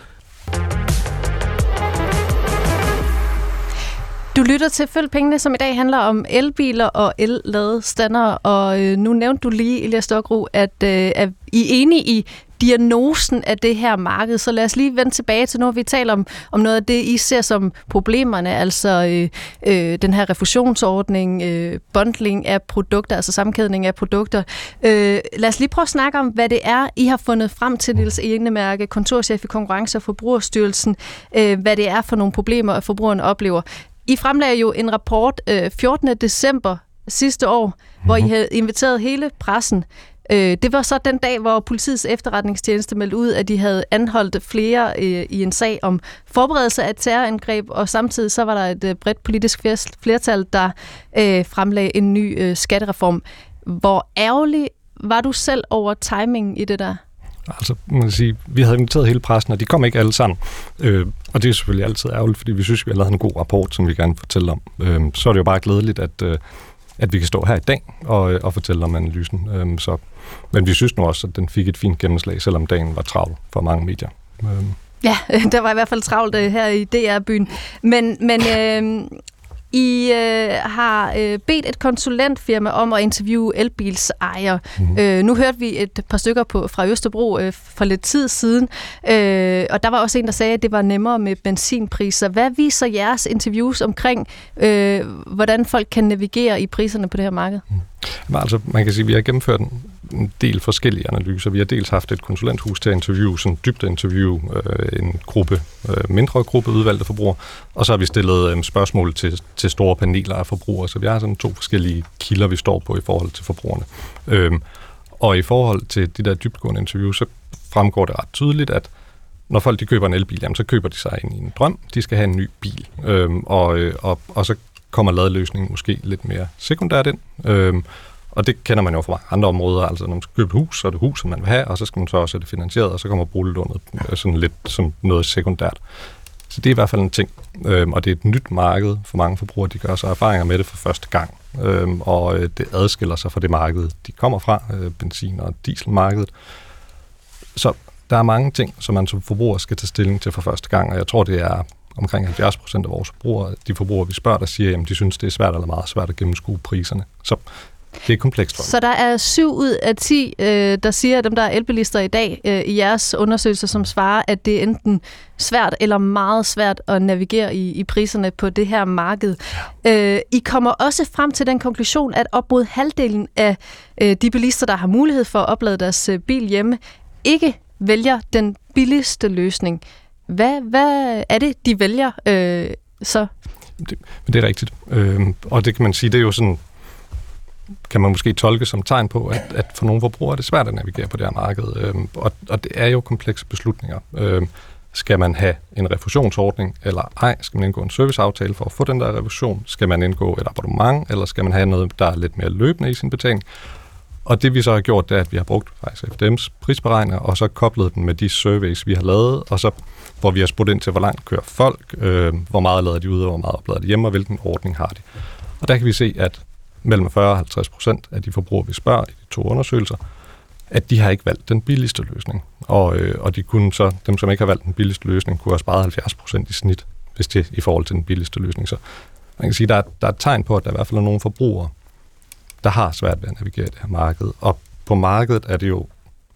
Du lytter til Følg Pengene, som i dag handler om elbiler og el-ladestandere, og øh, nu nævnte du lige, Ilja Stokro, at, øh, at I er enige i diagnosen af det her marked. Så lad os lige vende tilbage til, nu vi taler om, om noget af det, I ser som problemerne, altså øh, øh, den her refusionsordning, øh, bundling af produkter, altså sammenkædning af produkter. Øh, lad os lige prøve at snakke om, hvad det er, I har fundet frem til, Niels Enemark, kontorchef i Konkurrence- og Forbrugerstyrelsen, øh, hvad det er for nogle problemer, at forbrugerne oplever. I fremlagde jo en rapport øh, fjortende december sidste år, mm-hmm. hvor I havde inviteret hele pressen. Øh, det var så den dag, hvor Politiets Efterretningstjeneste meldte ud, at de havde anholdt flere øh, i en sag om forberedelse af et terrorangreb, og samtidig så var der et øh, bredt politisk flertal, der øh, fremlagde en ny øh, skattereform. Hvor ærgerlig var du selv over timingen i det der? Altså, man kan sige, vi havde inviteret hele pressen, og de kom ikke alle sammen. Øh, og det er selvfølgelig altid ærgerligt, fordi vi synes, vi har lavet en god rapport, som vi gerne vil fortælle om. Øh, så er det jo bare glædeligt, at, øh, at vi kan stå her i dag og, og fortælle om analysen. Øh, så, men vi synes nu også, at den fik et fint gennemslag, selvom dagen var travl for mange medier. Øh. Ja, der var i hvert fald travlt øh, her i D R-byen. Men, men øh, I øh, har øh, bedt et konsulentfirma om at interviewe elbilsejere. Mm-hmm. Øh, nu hørte vi et par stykker på, fra Østerbro øh, for lidt tid siden, øh, og der var også en, der sagde, at det var nemmere med benzinpriser. Hvad viser jeres interviews omkring, øh, hvordan folk kan navigere i priserne på det her marked? Mm. Men altså, man kan sige, at vi har gennemført en del forskellige analyser. Vi har dels haft et konsulenthus til at interviewe, sådan dybt interview øh, en gruppe, øh, mindre gruppe udvalgte forbrugere, og så har vi stillet øh, spørgsmål til, til store paneler af forbrugere, så vi har sådan to forskellige kilder, vi står på i forhold til forbrugerne. Øhm, og i forhold til de der dybtgående interviews, så fremgår det ret tydeligt, at når folk de køber en elbil, jamen, så køber de sig ind i en drøm, de skal have en ny bil, øhm, og, øh, og, og så kommer ladeløsningen måske lidt mere sekundært ind. Øhm, og det kender man jo fra mange andre områder. Altså når man skal købe et hus, så er det huset, man vil have, og så skal man så også have det finansieret, og så kommer boliglånet sådan lidt som noget sekundært. Så det er i hvert fald en ting. Øhm, og det er et nyt marked for mange forbrugere. De gør sig erfaringer med det for første gang. Øhm, og øh, det adskiller sig fra det marked, de kommer fra, øh, benzin- og dieselmarkedet. Så der er mange ting, som man som forbruger skal tage stilling til for første gang, og jeg tror, det er omkring halvfjerds procent af vores forbrugere, de forbrugere, vi spørger, der siger, at de synes, det er svært eller meget svært at gennemskue priserne. Så det er komplekst for dem. Så der er syv ud af ti, øh, der siger, at dem, der er elbilister i dag, øh, i jeres undersøgelser, som svarer, at det er enten svært eller meget svært at navigere i, i priserne på det her marked. Ja. Øh, I kommer også frem til den konklusion, at op mod halvdelen af øh, de bilister, der har mulighed for at oplade deres øh, bil hjemme, ikke vælger den billigste løsning. Hvad, hvad er det, de vælger øh, så? Det, det er rigtigt. Øh, og det kan man sige, det er jo sådan, kan man måske tolke som tegn på, at, at for nogle forbrugere er det svært at navigere på det her marked. Øh, og, og det er jo komplekse beslutninger. Øh, skal man have en refusionsordning, eller ej? Skal man indgå en serviceaftale for at få den der refusion? Skal man indgå et abonnement, eller skal man have noget, der er lidt mere løbende i sin betaling? Og det vi så har gjort, det er, at vi har brugt faktisk F D M's prisberegner, og så koblet den med de surveys, vi har lavet, og så hvor vi har spurgt ind til, hvor langt kører folk, øh, hvor meget lader de ude, og hvor meget oplader de hjemme, og hvilken ordning har de. Og der kan vi se, at mellem fyrre og halvtreds procent af de forbrugere, vi spørger i de to undersøgelser, at de har ikke valgt den billigste løsning. Og, øh, og de kunne så, dem som ikke har valgt den billigste løsning, kunne have sparet halvfjerds procent i snit, hvis det i forhold til den billigste løsning. Så man kan sige, der er, der er et tegn på, at der i hvert fald er nogle forbrugere, der har svært ved at navigere i det her marked. Og på markedet er det jo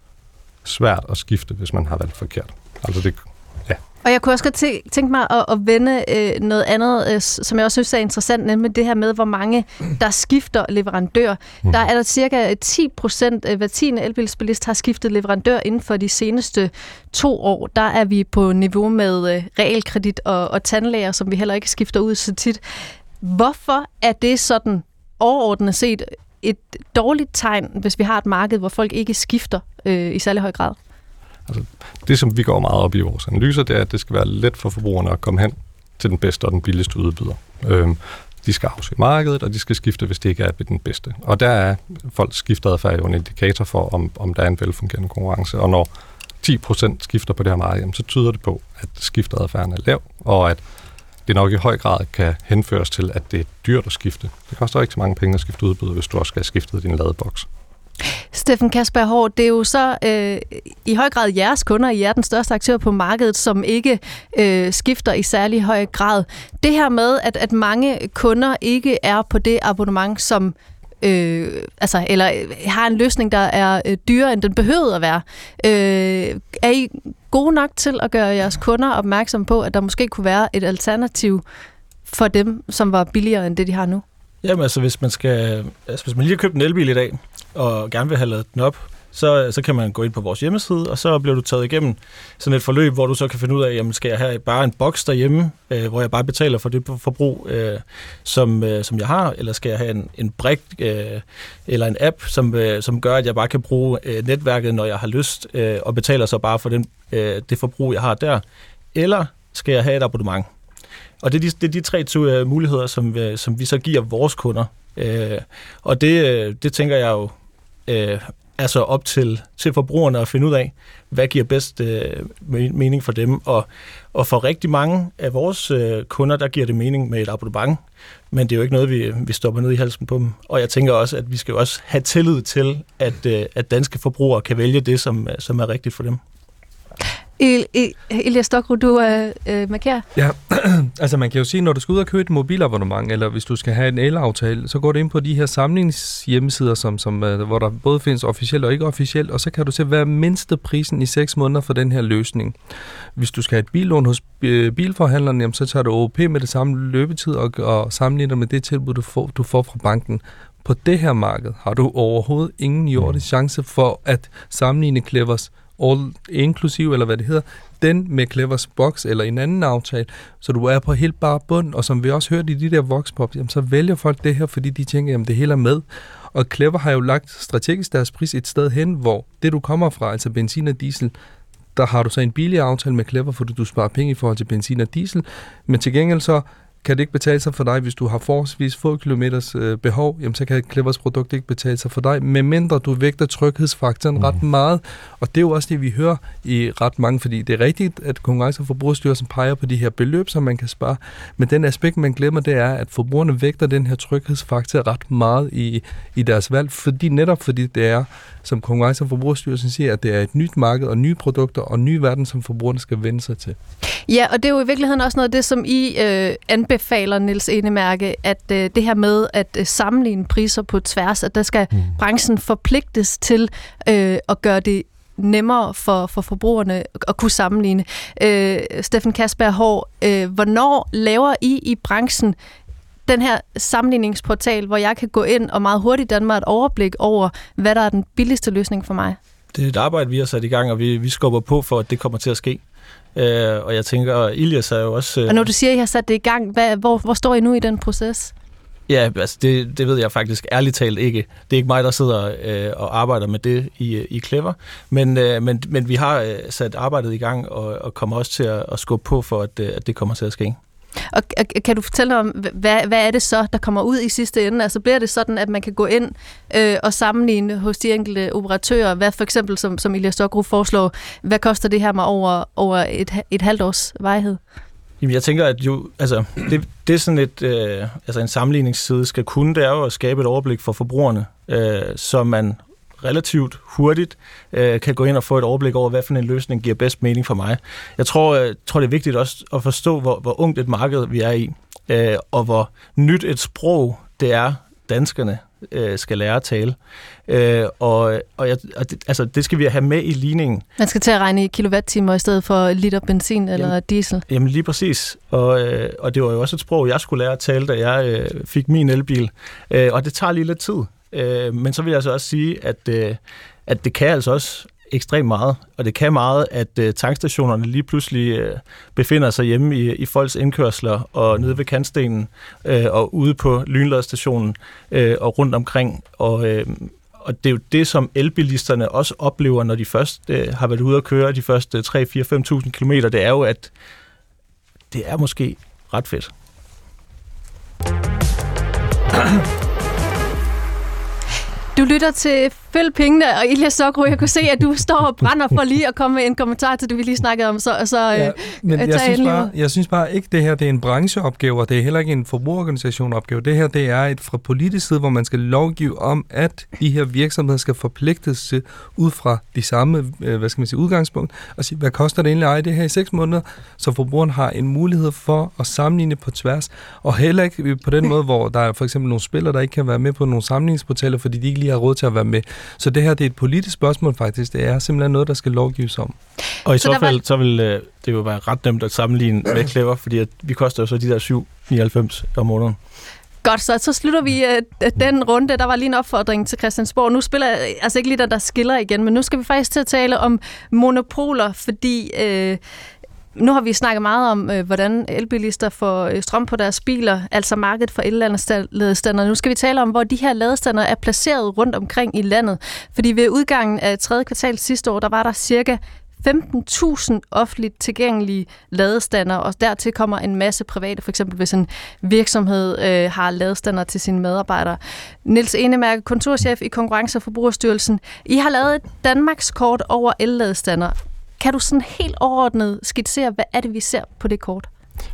svært at skifte, hvis man har valgt forkert. Altså det, ja. Og jeg kunne også godt tæ- tænke mig at, at vende øh, noget andet, øh, som jeg også synes er interessant, nemlig det her med, hvor mange der skifter leverandør. Mm. Der er der cirka ti procent af hver tiende elbilsbilist har skiftet leverandør inden for de seneste to år. Der er vi på niveau med øh, realkredit og, og tandlæger, som vi heller ikke skifter ud så tit. Hvorfor er det sådan overordnet set et dårligt tegn, hvis vi har et marked, hvor folk ikke skifter øh, i særlig høj grad? Altså, det, som vi går meget op i vores analyser, det er, at det skal være let for forbrugerne at komme hen til den bedste og den billigste udbyder. Øhm, de skal afsøge markedet, og de skal skifte, hvis det ikke er ved den bedste. Og der er folks skifteadfærd jo en indikator for, om, om der er en velfungerende konkurrence. Og når ti procent skifter på det her marked, så tyder det på, at skifteadfærden er lav, og at det nok i høj grad kan henføres til, at det er dyrt at skifte. Det koster ikke så mange penge at skifte udbyder, hvis du også skal have skiftet din ladeboks. Steffen Kasperhov, det er jo så øh, i høj grad jeres kunder, I er den største aktør på markedet, som ikke øh, skifter i særlig høj grad. Det her med, at, at mange kunder ikke er på det abonnement, som øh, altså, eller har en løsning, der er øh, dyrere, end den behøvede at være. Øh, er I gode nok til at gøre jeres kunder opmærksom på, at der måske kunne være et alternativ for dem, som var billigere end det, de har nu? Jamen altså, hvis man skal, altså, hvis man lige har købt en elbil i dag, og gerne vil have ladet den op, så, så kan man gå ind på vores hjemmeside, og så bliver du taget igennem sådan et forløb, hvor du så kan finde ud af, jamen skal jeg have bare en boks derhjemme, øh, hvor jeg bare betaler for det forbrug, øh, som, øh, som jeg har, eller skal jeg have en, en brik øh, eller en app, som, øh, som gør, at jeg bare kan bruge øh, netværket, når jeg har lyst, øh, og betaler så bare for den, øh, det forbrug, jeg har der, eller skal jeg have et abonnement? Og det er de, det er de tre to, uh, muligheder, som, uh, som vi så giver vores kunder. Uh, og det, uh, det tænker jeg jo uh, er så op til, til forbrugerne at finde ud af, hvad giver bedst uh, mening for dem. Og, og for rigtig mange af vores uh, kunder, der giver det mening med et abonnement. Men det er jo ikke noget, vi, vi stopper ned i halsen på dem. Og jeg tænker også, at vi skal også have tillid til, at, uh, at danske forbrugere kan vælge det, som, som er rigtigt for dem. Elias Stokroth, du er øh, markerer. Ja, altså man kan jo sige, når du skal ud og købe et mobilabonnement, eller hvis du skal have en el-aftale, så går du ind på de her samlingshjemmesider, som, som, hvor der både findes officielt og ikke officielt, og så kan du se, hvad er mindste prisen i seks måneder for den her løsning. Hvis du skal have et billån hos bilforhandleren, jamen, så tager du O P med det samme løbetid og, og sammenligner med det tilbud, du får, du får fra banken. På det her marked har du overhovedet ingen jordisk chance for at sammenligne Clevers all inklusiv, eller hvad det hedder, den med Clevers box eller en anden aftale, så du er på helt bare bund, og som vi også hørte i de der voxpops, jamen så vælger folk det her, fordi de tænker, jamen det hele er med. Og Clever har jo lagt strategisk deres pris et sted hen, hvor det du kommer fra, altså benzin og diesel, der har du så en billig aftale med Clever, fordi du sparer penge i forhold til benzin og diesel, men til gengæld så kan det ikke betale sig for dig, hvis du har forholdsvis få kilometers øh, behov, jamen så kan Clevers produkt ikke betale sig for dig, medmindre du vægter tryghedsfaktoren mm. ret meget. Og det er jo også det, vi hører i ret mange, fordi det er rigtigt, at Konkurrence- og Forbrugerstyrelsen peger på de her beløb, som man kan spare, men den aspekt, man glemmer, det er, at forbrugerne vægter den her tryghedsfaktor ret meget i, i deres valg, fordi netop fordi det er, som Konkurrence- og Forbrugerstyrelsen siger, at det er et nyt marked og nye produkter og nye verden, som forbrugerne skal vende sig til. Ja, og det er jo i virkeligheden også noget af det, som I øh, anbefaler, Niels Enemærke, at øh, det her med at øh, sammenligne priser på tværs, at der skal mm. branchen forpligtes til øh, at gøre det nemmere for, for forbrugerne at kunne sammenligne. Øh, Steffen Kasper Haahr, øh, hvornår laver I i branchen den her sammenligningsportal, hvor jeg kan gå ind og meget hurtigt danne mig et overblik over, hvad der er den billigste løsning for mig? Det er et arbejde, vi har sat i gang, og vi, vi skubber på for, at det kommer til at ske. Øh, og jeg tænker, Elias er jo også... Øh... Og når du siger, at I har sat det i gang, hvad, hvor, hvor står I nu i den proces? Ja, altså det, det ved jeg faktisk ærligt talt ikke. Det er ikke mig, der sidder øh, og arbejder med det i, i Clever, men, øh, men, men vi har øh, sat arbejdet i gang og, og kommer også til at, at skubbe på for, at, at det kommer til at ske. Og kan du fortælle om, hvad, hvad er det så, der kommer ud i sidste ende? Altså bliver det sådan, at man kan gå ind øh, og sammenligne hos de enkelte operatører, hvad for eksempel, som, som Elias Stokroth foreslår, hvad koster det her med over, over et, et halvt års varighed? Jamen, jeg tænker, at jo, altså, det, det er sådan et, øh, altså en sammenligningsside skal kunne, det er jo at skabe et overblik for forbrugerne, øh, så man relativt hurtigt øh, kan gå ind og få et overblik over, hvad for en løsning giver bedst mening for mig. Jeg tror, jeg tror det er vigtigt også at forstå, hvor, hvor ungt et marked vi er i, øh, og hvor nyt et sprog det er, danskerne øh, skal lære at tale. Øh, og og, jeg, og det, altså, det skal vi have med i ligningen. Man skal til at regne i kilowatt-timer i stedet for liter benzin eller jamen, diesel. Jamen lige præcis. Og, øh, og det var jo også et sprog, jeg skulle lære at tale, da jeg øh, fik min elbil. Øh, og det tager lige lidt tid. Øh, men så vil jeg så også sige, at, øh, at det kan altså også ekstremt meget, og det kan meget, at øh, tankstationerne lige pludselig øh, befinder sig hjemme i, i folks indkørsler og nede ved kantstenen øh, og ude på lynladestationen øh, og rundt omkring. Og, øh, og det er jo det, som elbilisterne også oplever, når de først øh, har været ude at køre de første tre, fire, fem tusind kilometer. Det er jo, at det er måske ret fedt. Du lytter til Følg Pengene, og Elias Stokro, jeg kunne se, at du står og brænder for lige at komme med en kommentar til det, vi lige snakkede om. Så, så, ja, men øh, jeg, synes bare, jeg synes bare ikke, det her det er en brancheopgave, og det er heller ikke en forbrugerorganisationopgave. Det her det er et fra politisk side, hvor man skal lovgive om, at de her virksomheder skal forpligtes til ud fra de samme øh, hvad skal man sige, udgangspunkt, og sige, hvad koster det egentlig at eje det her i seks måneder, så forbrugeren har en mulighed for at sammenligne på tværs, og heller ikke på den måde, hvor der er for eksempel nogle spillere, der ikke kan være med på nogle sammenligningsportaler, fordi de ikke lige har råd til at være med. Så det her, det er et politisk spørgsmål faktisk. Det er simpelthen noget, der skal lovgives om. Og i så, så fald, var... så vil øh, det jo være ret nemt at sammenligne med Clever, fordi at vi koster jo så de der syv nioghalvfems om måneden. Godt, så, så slutter vi uh, den runde. Der var lige en opfordring til Christiansborg. Nu spiller jeg altså ikke lige den, der skiller igen, men nu skal vi faktisk til at tale om monopoler, fordi øh, nu har vi snakket meget om, øh, hvordan elbilister får øh, strøm på deres biler, altså markedet for elladestander. Nu skal vi tale om, hvor de her ladestander er placeret rundt omkring i landet. Fordi ved udgangen af tredje kvartal sidste år, der var der cirka femten tusind offentligt tilgængelige ladestander, og dertil kommer en masse private, for eksempel hvis en virksomhed øh, har ladestander til sine medarbejdere. Niels Enemærke, kontorchef i Konkurrence- og Forbrugerstyrelsen. I har lavet et Danmarkskort over elladestander. Kan du sådan helt overordnet skitsere, hvad er det, vi ser på det kort?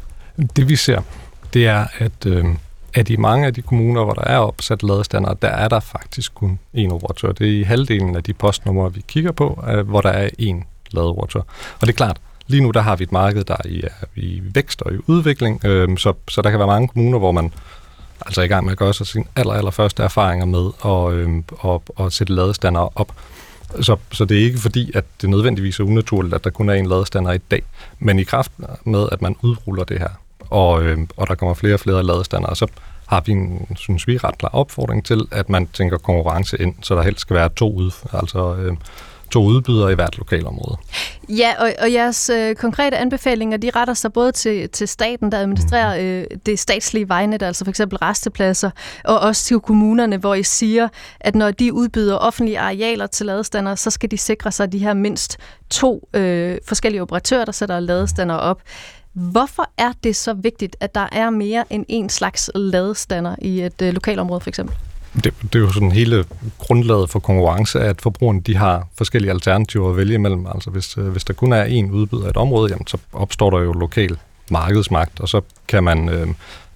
Det vi ser, det er, at, øh, at i mange af de kommuner, hvor der er opsat ladestander, der er der faktisk kun én operatør. Det er i halvdelen af de postnumre, vi kigger på, øh, hvor der er én ladeoperatør. Og det er klart, lige nu der har vi et marked, der er i, er i vækst og i udvikling, øh, så, så der kan være mange kommuner, hvor man altså er i gang med at gøre sig sine aller, aller første erfaringer med at, øh, og, og sætte ladestander op. Så, så det er ikke fordi, at det nødvendigvis er unaturligt, at der kun er en ladestander i dag, men i kraft med, at man udruller det her, og, øh, og der kommer flere og flere ladestander, så har vi en, synes vi, ret klar opfordring til, at man tænker konkurrence ind, så der helst skal være to, ud, altså, øh, to udbydere i hvert lokalområde. Ja, og, og jeres øh, konkrete anbefalinger, de retter sig både til, til staten, der administrerer øh, det statslige vejnet, altså for eksempel rastepladser, og også til kommunerne, hvor I siger, at når de udbyder offentlige arealer til ladestander, så skal de sikre sig de her mindst to øh, forskellige operatører, der sætter ladestander op. Hvorfor er det så vigtigt, at der er mere end en slags ladestander i et øh, lokalområde for eksempel? Det, det er jo sådan hele grundlaget for konkurrence, at forbrugerne de har forskellige alternativer at vælge imellem. Altså hvis, hvis der kun er én udbyder af et område, jamen, så opstår der jo lokal markedsmagt, og så kan man, øh,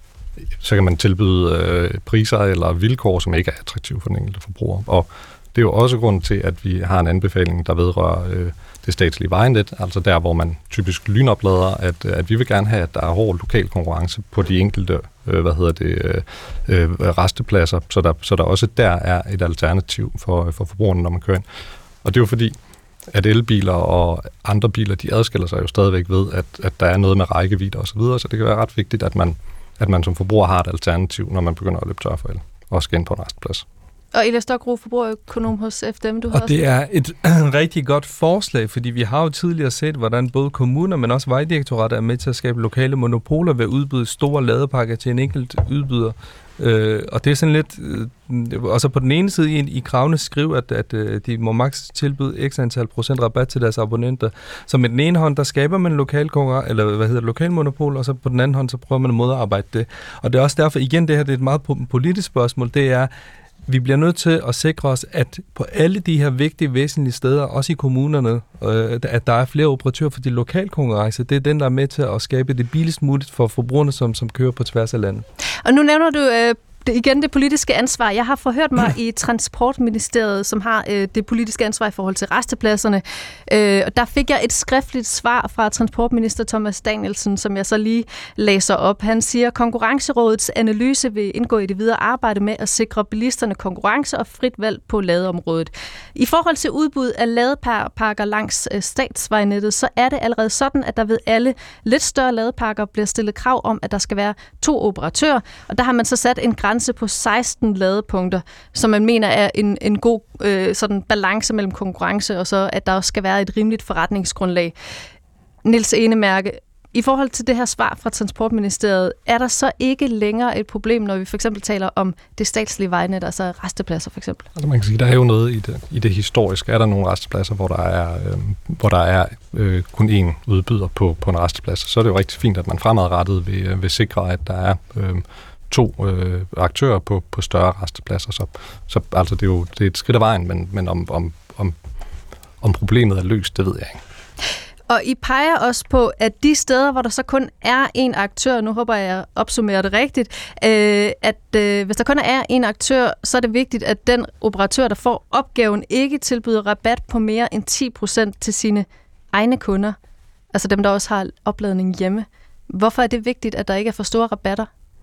så kan man tilbyde øh, priser eller vilkår, som ikke er attraktive for den enkelte forbruger. Og det er jo også grund til, at vi har en anbefaling, der vedrører øh, det statslige vejnet, altså der, hvor man typisk lynoplader, at, at vi vil gerne have, at der er hård lokal konkurrence på de enkelte øh, hvad hedder det, øh, rastepladser, så der, så der også der er et alternativ for, for forbrugerne, når man kører ind. Og det er jo fordi, at elbiler og andre biler, de adskiller sig jo stadigvæk ved, at, at der er noget med rækkevidde og så videre, så det kan være ret vigtigt, at man, at man som forbruger har et alternativ, når man begynder at løbe tør for el, og skal ind på en rastplads. Og Elias Stokro, forbrugerøkonom hos F D M, du har Og også... det er et rigtig godt forslag, fordi vi har jo tidligere set, hvordan både kommuner, men også Vejdirektoratet er med til at skabe lokale monopoler ved at udbyde store ladepakker til en enkelt udbyder. Øh, og det er sådan lidt... Øh, også på den ene side i, i kravene skriv, at, at øh, de må maks tilbyde x antal procent rabat til deres abonnenter. Så med den ene hånd, der skaber man lokal konkurrence, eller hvad hedder det, lokal monopol, og så på den anden hånd, så prøver man at modarbejde det. Og det er også derfor, igen, det her det er et meget politisk spørgsmål, det er, vi bliver nødt til at sikre os, at på alle de her vigtige, væsentlige steder, også i kommunerne, øh, at der er flere operatører for de lokale konkurrence. Det er den, der er med til at skabe det billigst muligt for forbrugerne, som, som kører på tværs af landet. Og nu nævner du øh, det, igen det politiske ansvar. Jeg har forhørt mig i Transportministeriet, som har øh, det politiske ansvar i forhold til restepladserne. Øh, og der fik jeg et skriftligt svar fra transportminister Thomas Danielsen, som jeg så lige læser op. Han siger, Konkurrencerådets analyse vil indgå i det videre arbejde med at sikre bilisterne konkurrence og frit valg på ladeområdet. I forhold til udbud af ladeparker langs øh, statsvejnettet, så er det allerede sådan, at der ved alle lidt større ladeparker bliver stillet krav om, at der skal være to operatører, og der har man så sat en grænse på seksten ladepunkter, som man mener er en, en god øh, sådan balance mellem konkurrence og så, at der også skal være et rimeligt forretningsgrundlag. Niels Enemærke, i forhold til det her svar fra Transportministeriet, er der så ikke længere et problem, når vi for eksempel taler om det statslige vejnet, altså rastepladser for eksempel? Altså man kan sige, der er jo noget i det, i det historiske. Er der nogle rastepladser, hvor der er, øh, hvor der er øh, kun én udbyder på, på en rasteplads, så er det jo rigtig fint, at man fremadrettet vil, vil sikre, at der er øh, to øh, aktører på, på større rastepladser. Så, så altså, det er jo det er et skridt af vejen, men, men om, om, om, om problemet er løst, det ved jeg ikke. Og I peger også på, at de steder, hvor der så kun er én aktør, nu håber jeg, jeg opsummerer det rigtigt, øh, at øh, hvis der kun er én aktør, så er det vigtigt, at den operatør, der får opgaven, ikke tilbyder rabat på mere end ti procent til sine egne kunder. Altså dem, der også har opladning hjemme. Hvorfor er det vigtigt, at der ikke er for store rabatter?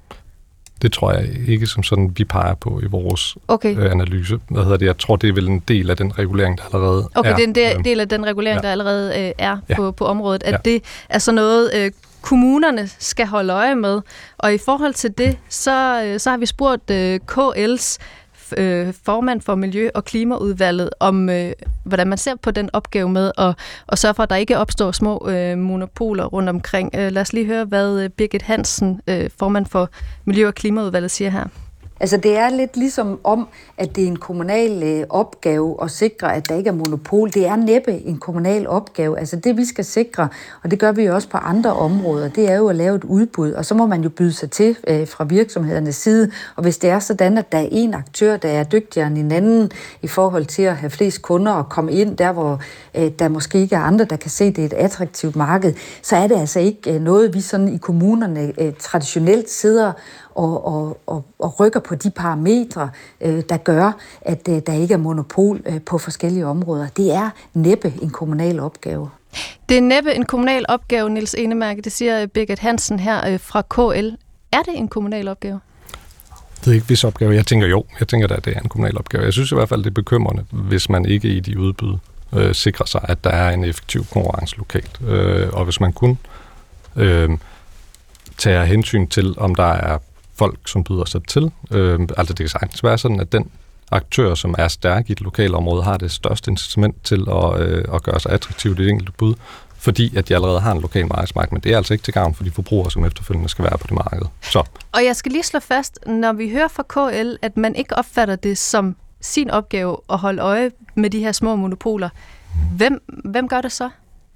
Det tror jeg ikke som sådan, vi peger på i vores okay. øh, analyse. Hvad hedder det? Jeg tror, det er vel en del af den regulering, der allerede okay, er. Okay, det er en del af den regulering, ja. der allerede øh, er ja. på, på området. At ja. det er så noget, øh, kommunerne skal holde øje med. Og i forhold til det, så, øh, så har vi spurgt øh, K L's øh, formand for Miljø- og Klimaudvalget om, øh, hvordan man ser på den opgave med at, at sørge for, at der ikke opstår små øh, monopoler rundt omkring. Øh, lad os lige høre, hvad Birgit Hansen, øh, formand for Miljø- og Klimaudvalget, siger her. Altså det er lidt ligesom om, at det er en kommunal øh, opgave at sikre, at der ikke er monopol. Det er næppe en kommunal opgave. Altså det vi skal sikre, og det gør vi jo også på andre områder, det er jo at lave et udbud, og så må man jo byde sig til øh, fra virksomhedernes side. Og hvis det er sådan, at der er en aktør, der er dygtigere end en anden i forhold til at have flest kunder og komme ind der, hvor øh, der måske ikke er andre, der kan se, at det er et attraktivt marked, så er det altså ikke øh, noget, vi sådan i kommunerne øh, traditionelt sidder Og, og, og, og rykker på de parametre, øh, der gør, at øh, der ikke er monopol øh, på forskellige områder. Det er næppe en kommunal opgave. Det er næppe en kommunal opgave, Niels Enemærke. Det siger Birgit Hansen her øh, fra K L. Er det en kommunal opgave? Det er ikke hvis opgave. Jeg tænker jo. Jeg tænker da, at det er en kommunal opgave. Jeg synes i hvert fald, det er bekymrende, hvis man ikke i de udbud øh, sikrer sig, at der er en effektiv konkurrence lokalt. Øh, og hvis man kun øh, tager hensyn til, om der er folk, som byder sig til. Øh, altså det kan sagtens være sådan, at den aktør, som er stærk i et lokalområde, har det største incitament til at, øh, at gøre sig attraktiv i det enkelte bud, fordi at de allerede har en lokal markedsmarked, men det er altså ikke til gavn for de forbrugere, som efterfølgende skal være på det marked. Så. Og jeg skal lige slå fast, når vi hører fra K L, at man ikke opfatter det som sin opgave at holde øje med de her små monopoler. Hvem, hvem gør det så?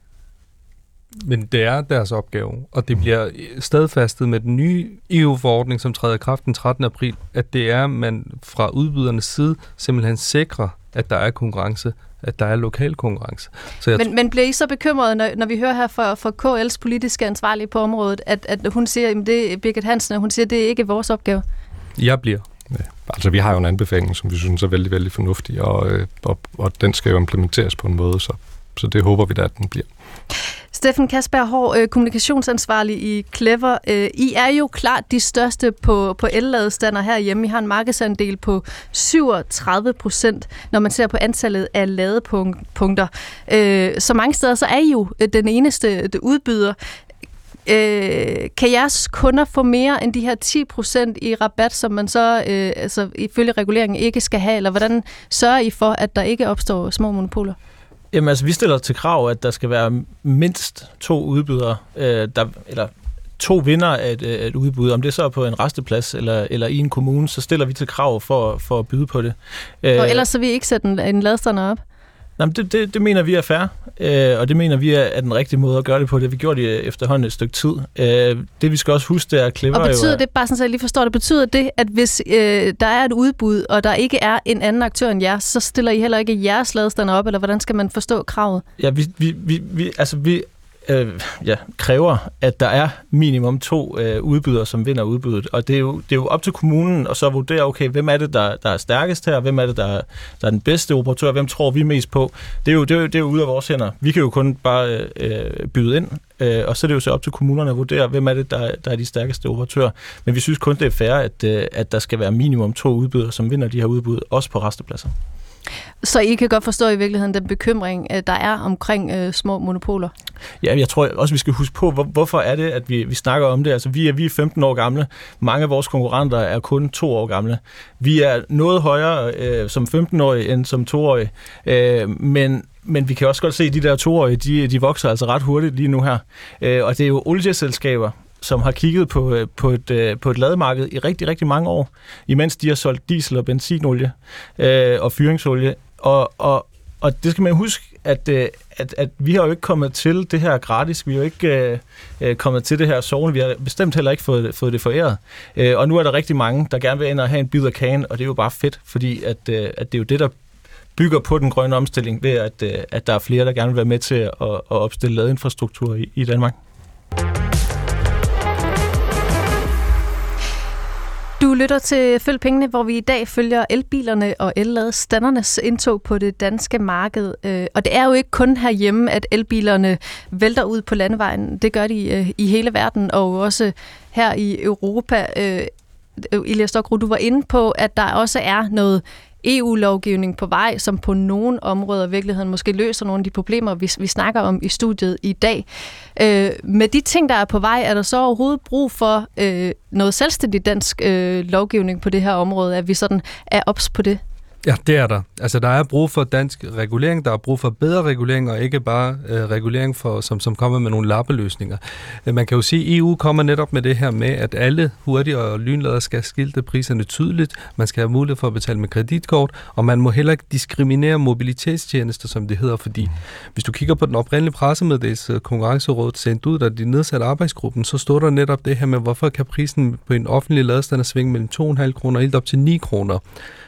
Men det er deres opgave, og det bliver stadfæstet med den nye E U-forordning, som træder i kraft den trettende april, at det er, man fra udbydernes side simpelthen sikrer, at der er konkurrence, at der er lokal konkurrence. Så jeg men, men bliver I så bekymrede, når, når vi hører her fra, fra K L's politiske ansvarlige på området, at, at hun siger, at det er Birgit Hansen, og hun siger, at det er ikke vores opgave? Jeg bliver. Ja, altså vi har jo en anbefaling, som vi synes er vældig, vældig fornuftig, og, og, og den skal jo implementeres på en måde, så, så det håber vi da, at den bliver. Steffen Kasper Hår, kommunikationsansvarlig i Clever. I er jo klart de største på, på elladestander herhjemme. I har en markedsandel på syvogtredive procent, når man ser på antallet af ladepunkter. Så mange steder så er I jo den eneste udbyder. Kan jeres kunder få mere end de her ti procent i rabat, som man så altså, ifølge reguleringen ikke skal have? Eller hvordan sørger I for, at der ikke opstår små monopoler? Jamen altså, vi stiller til krav, at der skal være mindst to udbydere, øh, der, eller to vinder af et, et udbud. Om det så er på en resteplads eller, eller i en kommune, så stiller vi til krav for, for at byde på det. Og ellers så vil I ikke sætte en, en ladestander op? Jamen, det, det, det mener vi er fair, øh, og det mener vi er, er den rigtige måde at gøre det på. Det har vi gjort i efterhånden et stykke tid. Øh, det vi skal også huske, det er Clever. Og betyder jo, det, bare sådan så jeg lige forstår det, betyder det, at hvis øh, der er et udbud, og der ikke er en anden aktør end jer, så stiller I heller ikke jeres ladestander op, eller hvordan skal man forstå kravet? Ja, vi, vi, vi, vi altså vi øh, ja, kræver, at der er minimum to øh, udbydere, som vinder udbuddet. Og det er, jo, det er jo op til kommunen at så vurdere, okay, hvem er det, der, der er stærkest her, hvem er det, der, der er den bedste operatør, hvem tror vi mest på. Det er jo, det er jo, det er jo ude af vores hænder. Vi kan jo kun bare øh, byde ind, øh, og så er det jo så op til kommunerne at vurdere, hvem er det, der, der er de stærkeste operatører. Men vi synes kun, det er fair, at, øh, at der skal være minimum to udbydere, som vinder de her udbud, også på rastepladser. Så I kan godt forstå i virkeligheden den bekymring, der er omkring øh, små monopoler? Ja, jeg tror også, vi skal huske på, hvor, hvorfor er det, at vi, vi snakker om det. Altså, vi er, vi er femten år gamle. Mange af vores konkurrenter er kun to år gamle. Vi er noget højere øh, som femten-årige end som to-årige. Øh, men Men vi kan også godt se, at de der toårige, de, de vokser altså ret hurtigt lige nu her. Øh, og det er jo olieselskaber, som har kigget på, på, et, på et lademarked i rigtig, rigtig mange år, imens de har solgt diesel- og benzinolie øh, og fyringsolie. Og, og, og det skal man huske, at, at, at vi har jo ikke kommet til det her gratis. Vi har jo ikke uh, kommet til det her sovende. Vi har bestemt heller ikke fået, fået det foræret. Uh, og nu er der rigtig mange, der gerne vil ind og have en bid af kagen, og det er jo bare fedt, fordi at, uh, at det er jo det, der bygger på den grønne omstilling, ved at, uh, at der er flere, der gerne vil være med til at, at opstille ladeinfrastruktur i, i Danmark. Du lytter til Følg Pengene, hvor vi i dag følger elbilerne og elladestandernes indtog på det danske marked. Og det er jo ikke kun herhjemme, at elbilerne vælter ud på landevejen. Det gør de i hele verden, og også her i Europa. Ilja Stokroth, du var inde på, at der også er noget E U-lovgivning på vej, som på nogle områder i virkeligheden måske løser nogle af de problemer, vi, vi snakker om i studiet i dag. Øh, med de ting, der er på vej, er der så overhovedet brug for øh, noget selvstændig dansk øh, lovgivning på det her område, at vi sådan er ops på det? Ja, det er der. Altså, der er brug for dansk regulering, der er brug for bedre regulering, og ikke bare øh, regulering, for, som, som kommer med nogle lappeløsninger. Man kan jo sige, at E U kommer netop med det her med, at alle hurtige og lynlader skal skilte priserne tydeligt. Man skal have mulighed for at betale med kreditkort, og man må heller ikke diskriminere mobilitetstjenester, som det hedder, fordi mm. hvis du kigger på den oprindelige pressemeddelelse, Konkurrencerådet sendte ud, da de nedsatte arbejdsgruppen, så står der netop det her med, hvorfor kan prisen på en offentlig ladestander svinge mellem to komma fem kroner og helt op til ni kroner.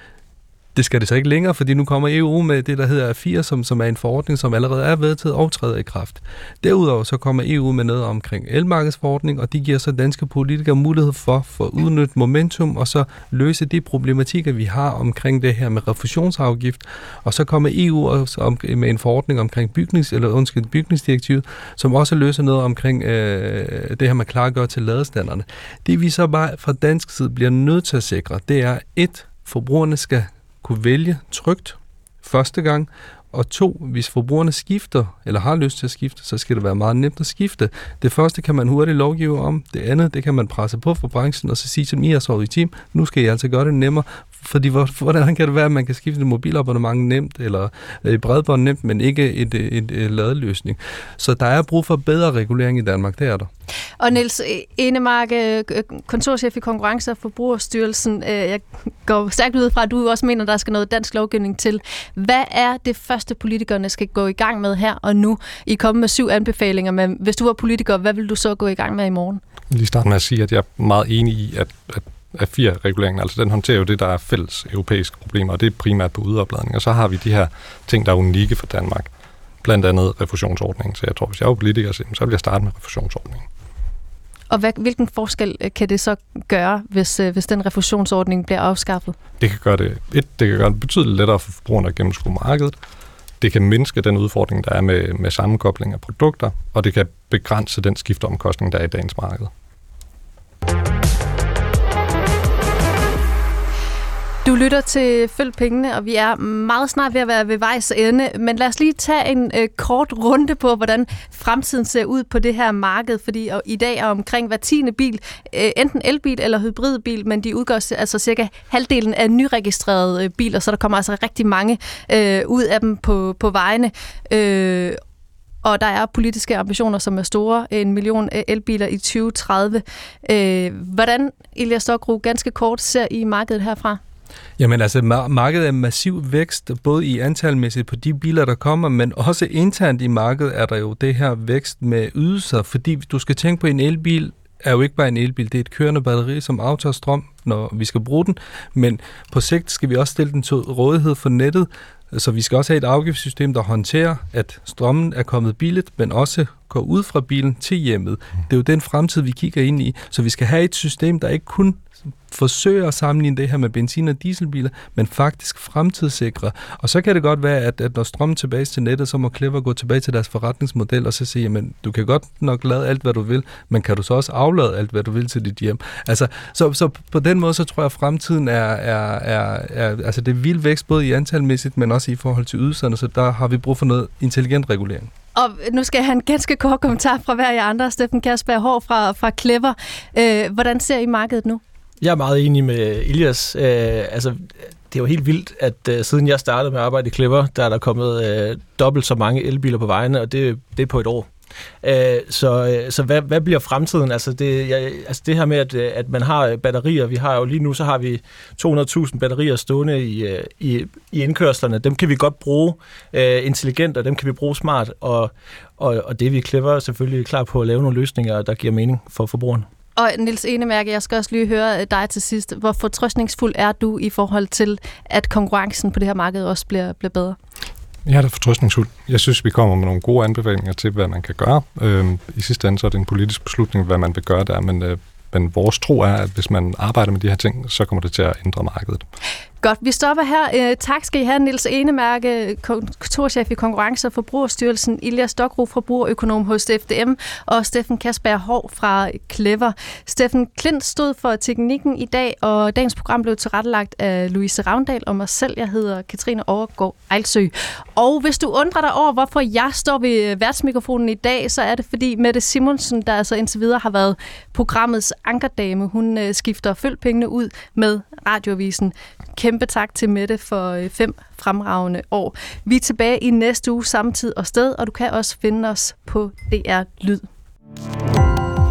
Det skal det så ikke længere, fordi nu kommer E U med det, der hedder A fire, som, som er en forordning, som allerede er vedtaget og træder i kraft. Derudover så kommer E U med noget omkring elmarkedsforordning, og de giver så danske politikere mulighed for, for at udnytte momentum og så løse de problematikker, vi har omkring det her med refusionsafgift. Og så kommer E U også om, med en forordning omkring bygnings, eller undskyld, bygningsdirektivet, som også løser noget omkring øh, det her med klargør til ladestanderne. Det vi så bare fra dansk side bliver nødt til at sikre, det er et, forbrugerne skal kunne vælge trygt første gang, og to, hvis forbrugerne skifter, eller har lyst til at skifte, så skal det være meget nemt at skifte. Det første kan man hurtigt lovgive om, det andet, det kan man presse på for branchen, og så sige til dem, I har sovet i team, nu skal I altså gøre det nemmere, fordi hvordan kan det være, at man kan skifte et mobilabonnement nemt, eller et bredbånd nemt, men ikke et, et, et, et ladeløsning. Så der er brug for bedre regulering i Danmark, det er der. Og Niels Enemark, kontorchef i Konkurrence- og Forbrugerstyrelsen, jeg går stærkt ud fra, at du også mener, at der skal noget dansk lovgivning til. Hvad er det første, politikerne skal gå i gang med her og nu? I kommer med syv anbefalinger, men hvis du var politiker, hvad vil du så gå i gang med i morgen? Jeg vil lige starte med at sige, at jeg er meget enig i, at, at A fire-reguleringen, altså den håndterer jo det, der er fælles europæiske problemer, og det er primært på udopladning. Og så har vi de her ting, der er unikke for Danmark. Blandt andet refusionsordningen. Så jeg tror, hvis jeg var politiker, så vil jeg starte med refusionsordningen. Og hvad, hvilken forskel kan det så gøre, hvis, hvis den refusionsordning bliver afskaffet? Det kan gøre det, et, det kan gøre det betydeligt lettere for forbrugerne at gennemskue markedet. Det kan mindske den udfordring, der er med, med sammenkobling af produkter, og det kan begrænse den skifteomkostning, der er i dagens marked. Du lytter til Følg Pengene, og vi er meget snart ved at være ved vejs ende, men lad os lige tage en øh, kort runde på, hvordan fremtiden ser ud på det her marked, fordi og i dag er omkring hver tiende bil, øh, enten elbil eller hybridbil, men de udgør altså cirka halvdelen af nyregistrerede øh, biler, så der kommer altså rigtig mange øh, ud af dem på, på vejene. Øh, Og der er politiske ambitioner, som er store. En million elbiler i tyve tredive. Øh, hvordan, Ilja Stokroth, ganske kort ser I markedet herfra? Jamen altså, markedet er massiv vækst, både i antalmæssigt på de biler, der kommer, men også internt i markedet er der jo det her vækst med ydelser, fordi du skal tænke på, en elbil er jo ikke bare en elbil, det er et kørende batteri, som aftager strøm, når vi skal bruge den, men på sigt skal vi også stille den til rådighed for nettet, så vi skal også have et afgiftssystem, der håndterer, at strømmen er kommet billigt, men også går ud fra bilen til hjemmet. Det er jo den fremtid, vi kigger ind i, så vi skal have et system, der ikke kun forsøger at sammenligne det her med benzin- og dieselbiler, men faktisk fremtidssikre. Og så kan det godt være, at, at når strømmen tilbage til nettet, så må Clever gå tilbage til deres forretningsmodel og så sige, jamen, du kan godt nok lade alt, hvad du vil, men kan du så også aflade alt, hvad du vil til dit hjem? Altså, så, så på den måde, så tror jeg, at fremtiden er, er, er, er altså det er vild vækst, både i antalmæssigt, men også i forhold til ydelserne, så der har vi brug for noget intelligent regulering. Og nu skal jeg have en ganske kort kommentar fra hver af jer andre. Steffen Kjærsberg Haahr fra, fra Clever. Øh, hvordan ser I markedet nu? Jeg er meget enig med Ilias. Øh, altså, det er jo helt vildt, at øh, siden jeg startede med at arbejde i Clever, der er der kommet øh, dobbelt så mange elbiler på vejene, og det, det er på et år. Øh, så så hvad, hvad bliver fremtiden? Altså det, jeg, altså det her med, at, at man har batterier, vi har jo lige nu, så har vi to hundrede tusind batterier stående i, i, i indkørslerne. Dem kan vi godt bruge øh, intelligent, og dem kan vi bruge smart, og, og, og det er vi Clever selvfølgelig klar på at lave nogle løsninger, der giver mening for forbrugeren. Og Niels Enemærke, jeg skal også lige høre dig til sidst. Hvor fortrøstningsfuld er du i forhold til, at konkurrencen på det her marked også bliver, bliver bedre? Jeg er da fortrøstningsfuld. Jeg synes, vi kommer med nogle gode anbefalinger til, hvad man kan gøre. Øhm, I sidste ende så er det en politisk beslutning, hvad man vil gøre der, men, øh, men vores tro er, at hvis man arbejder med de her ting, så kommer det til at ændre markedet. Godt, vi stopper her. Tak skal I have, Niels Enemærke, kontorchef i Konkurrence- og Forbrugerstyrelsen, Ilja Stokro, forbrugerøkonom hos F D M, og Steffen Kasper Hov fra Clever. Steffen Klint stod for teknikken i dag, og dagens program blev tilrettelagt af Louise Ravndal og mig selv. Jeg hedder Katrine Overgaard Ejlsø. Og hvis du undrer dig over, hvorfor jeg står ved værtsmikrofonen i dag, så er det fordi Mette Simonsen, der altså indtil videre har været programmets ankerdame, hun øh, skifter følg pengene ud med Radioavisen. Kæmpe tak til Mette for fem fremragende år. Vi er tilbage i næste uge, samme tid og sted, og du kan også finde os på D R Lyd.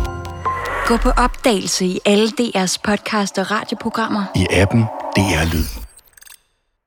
Gå på opdagelse i alle D R's podcast og radioprogrammer. I appen D R Lyd.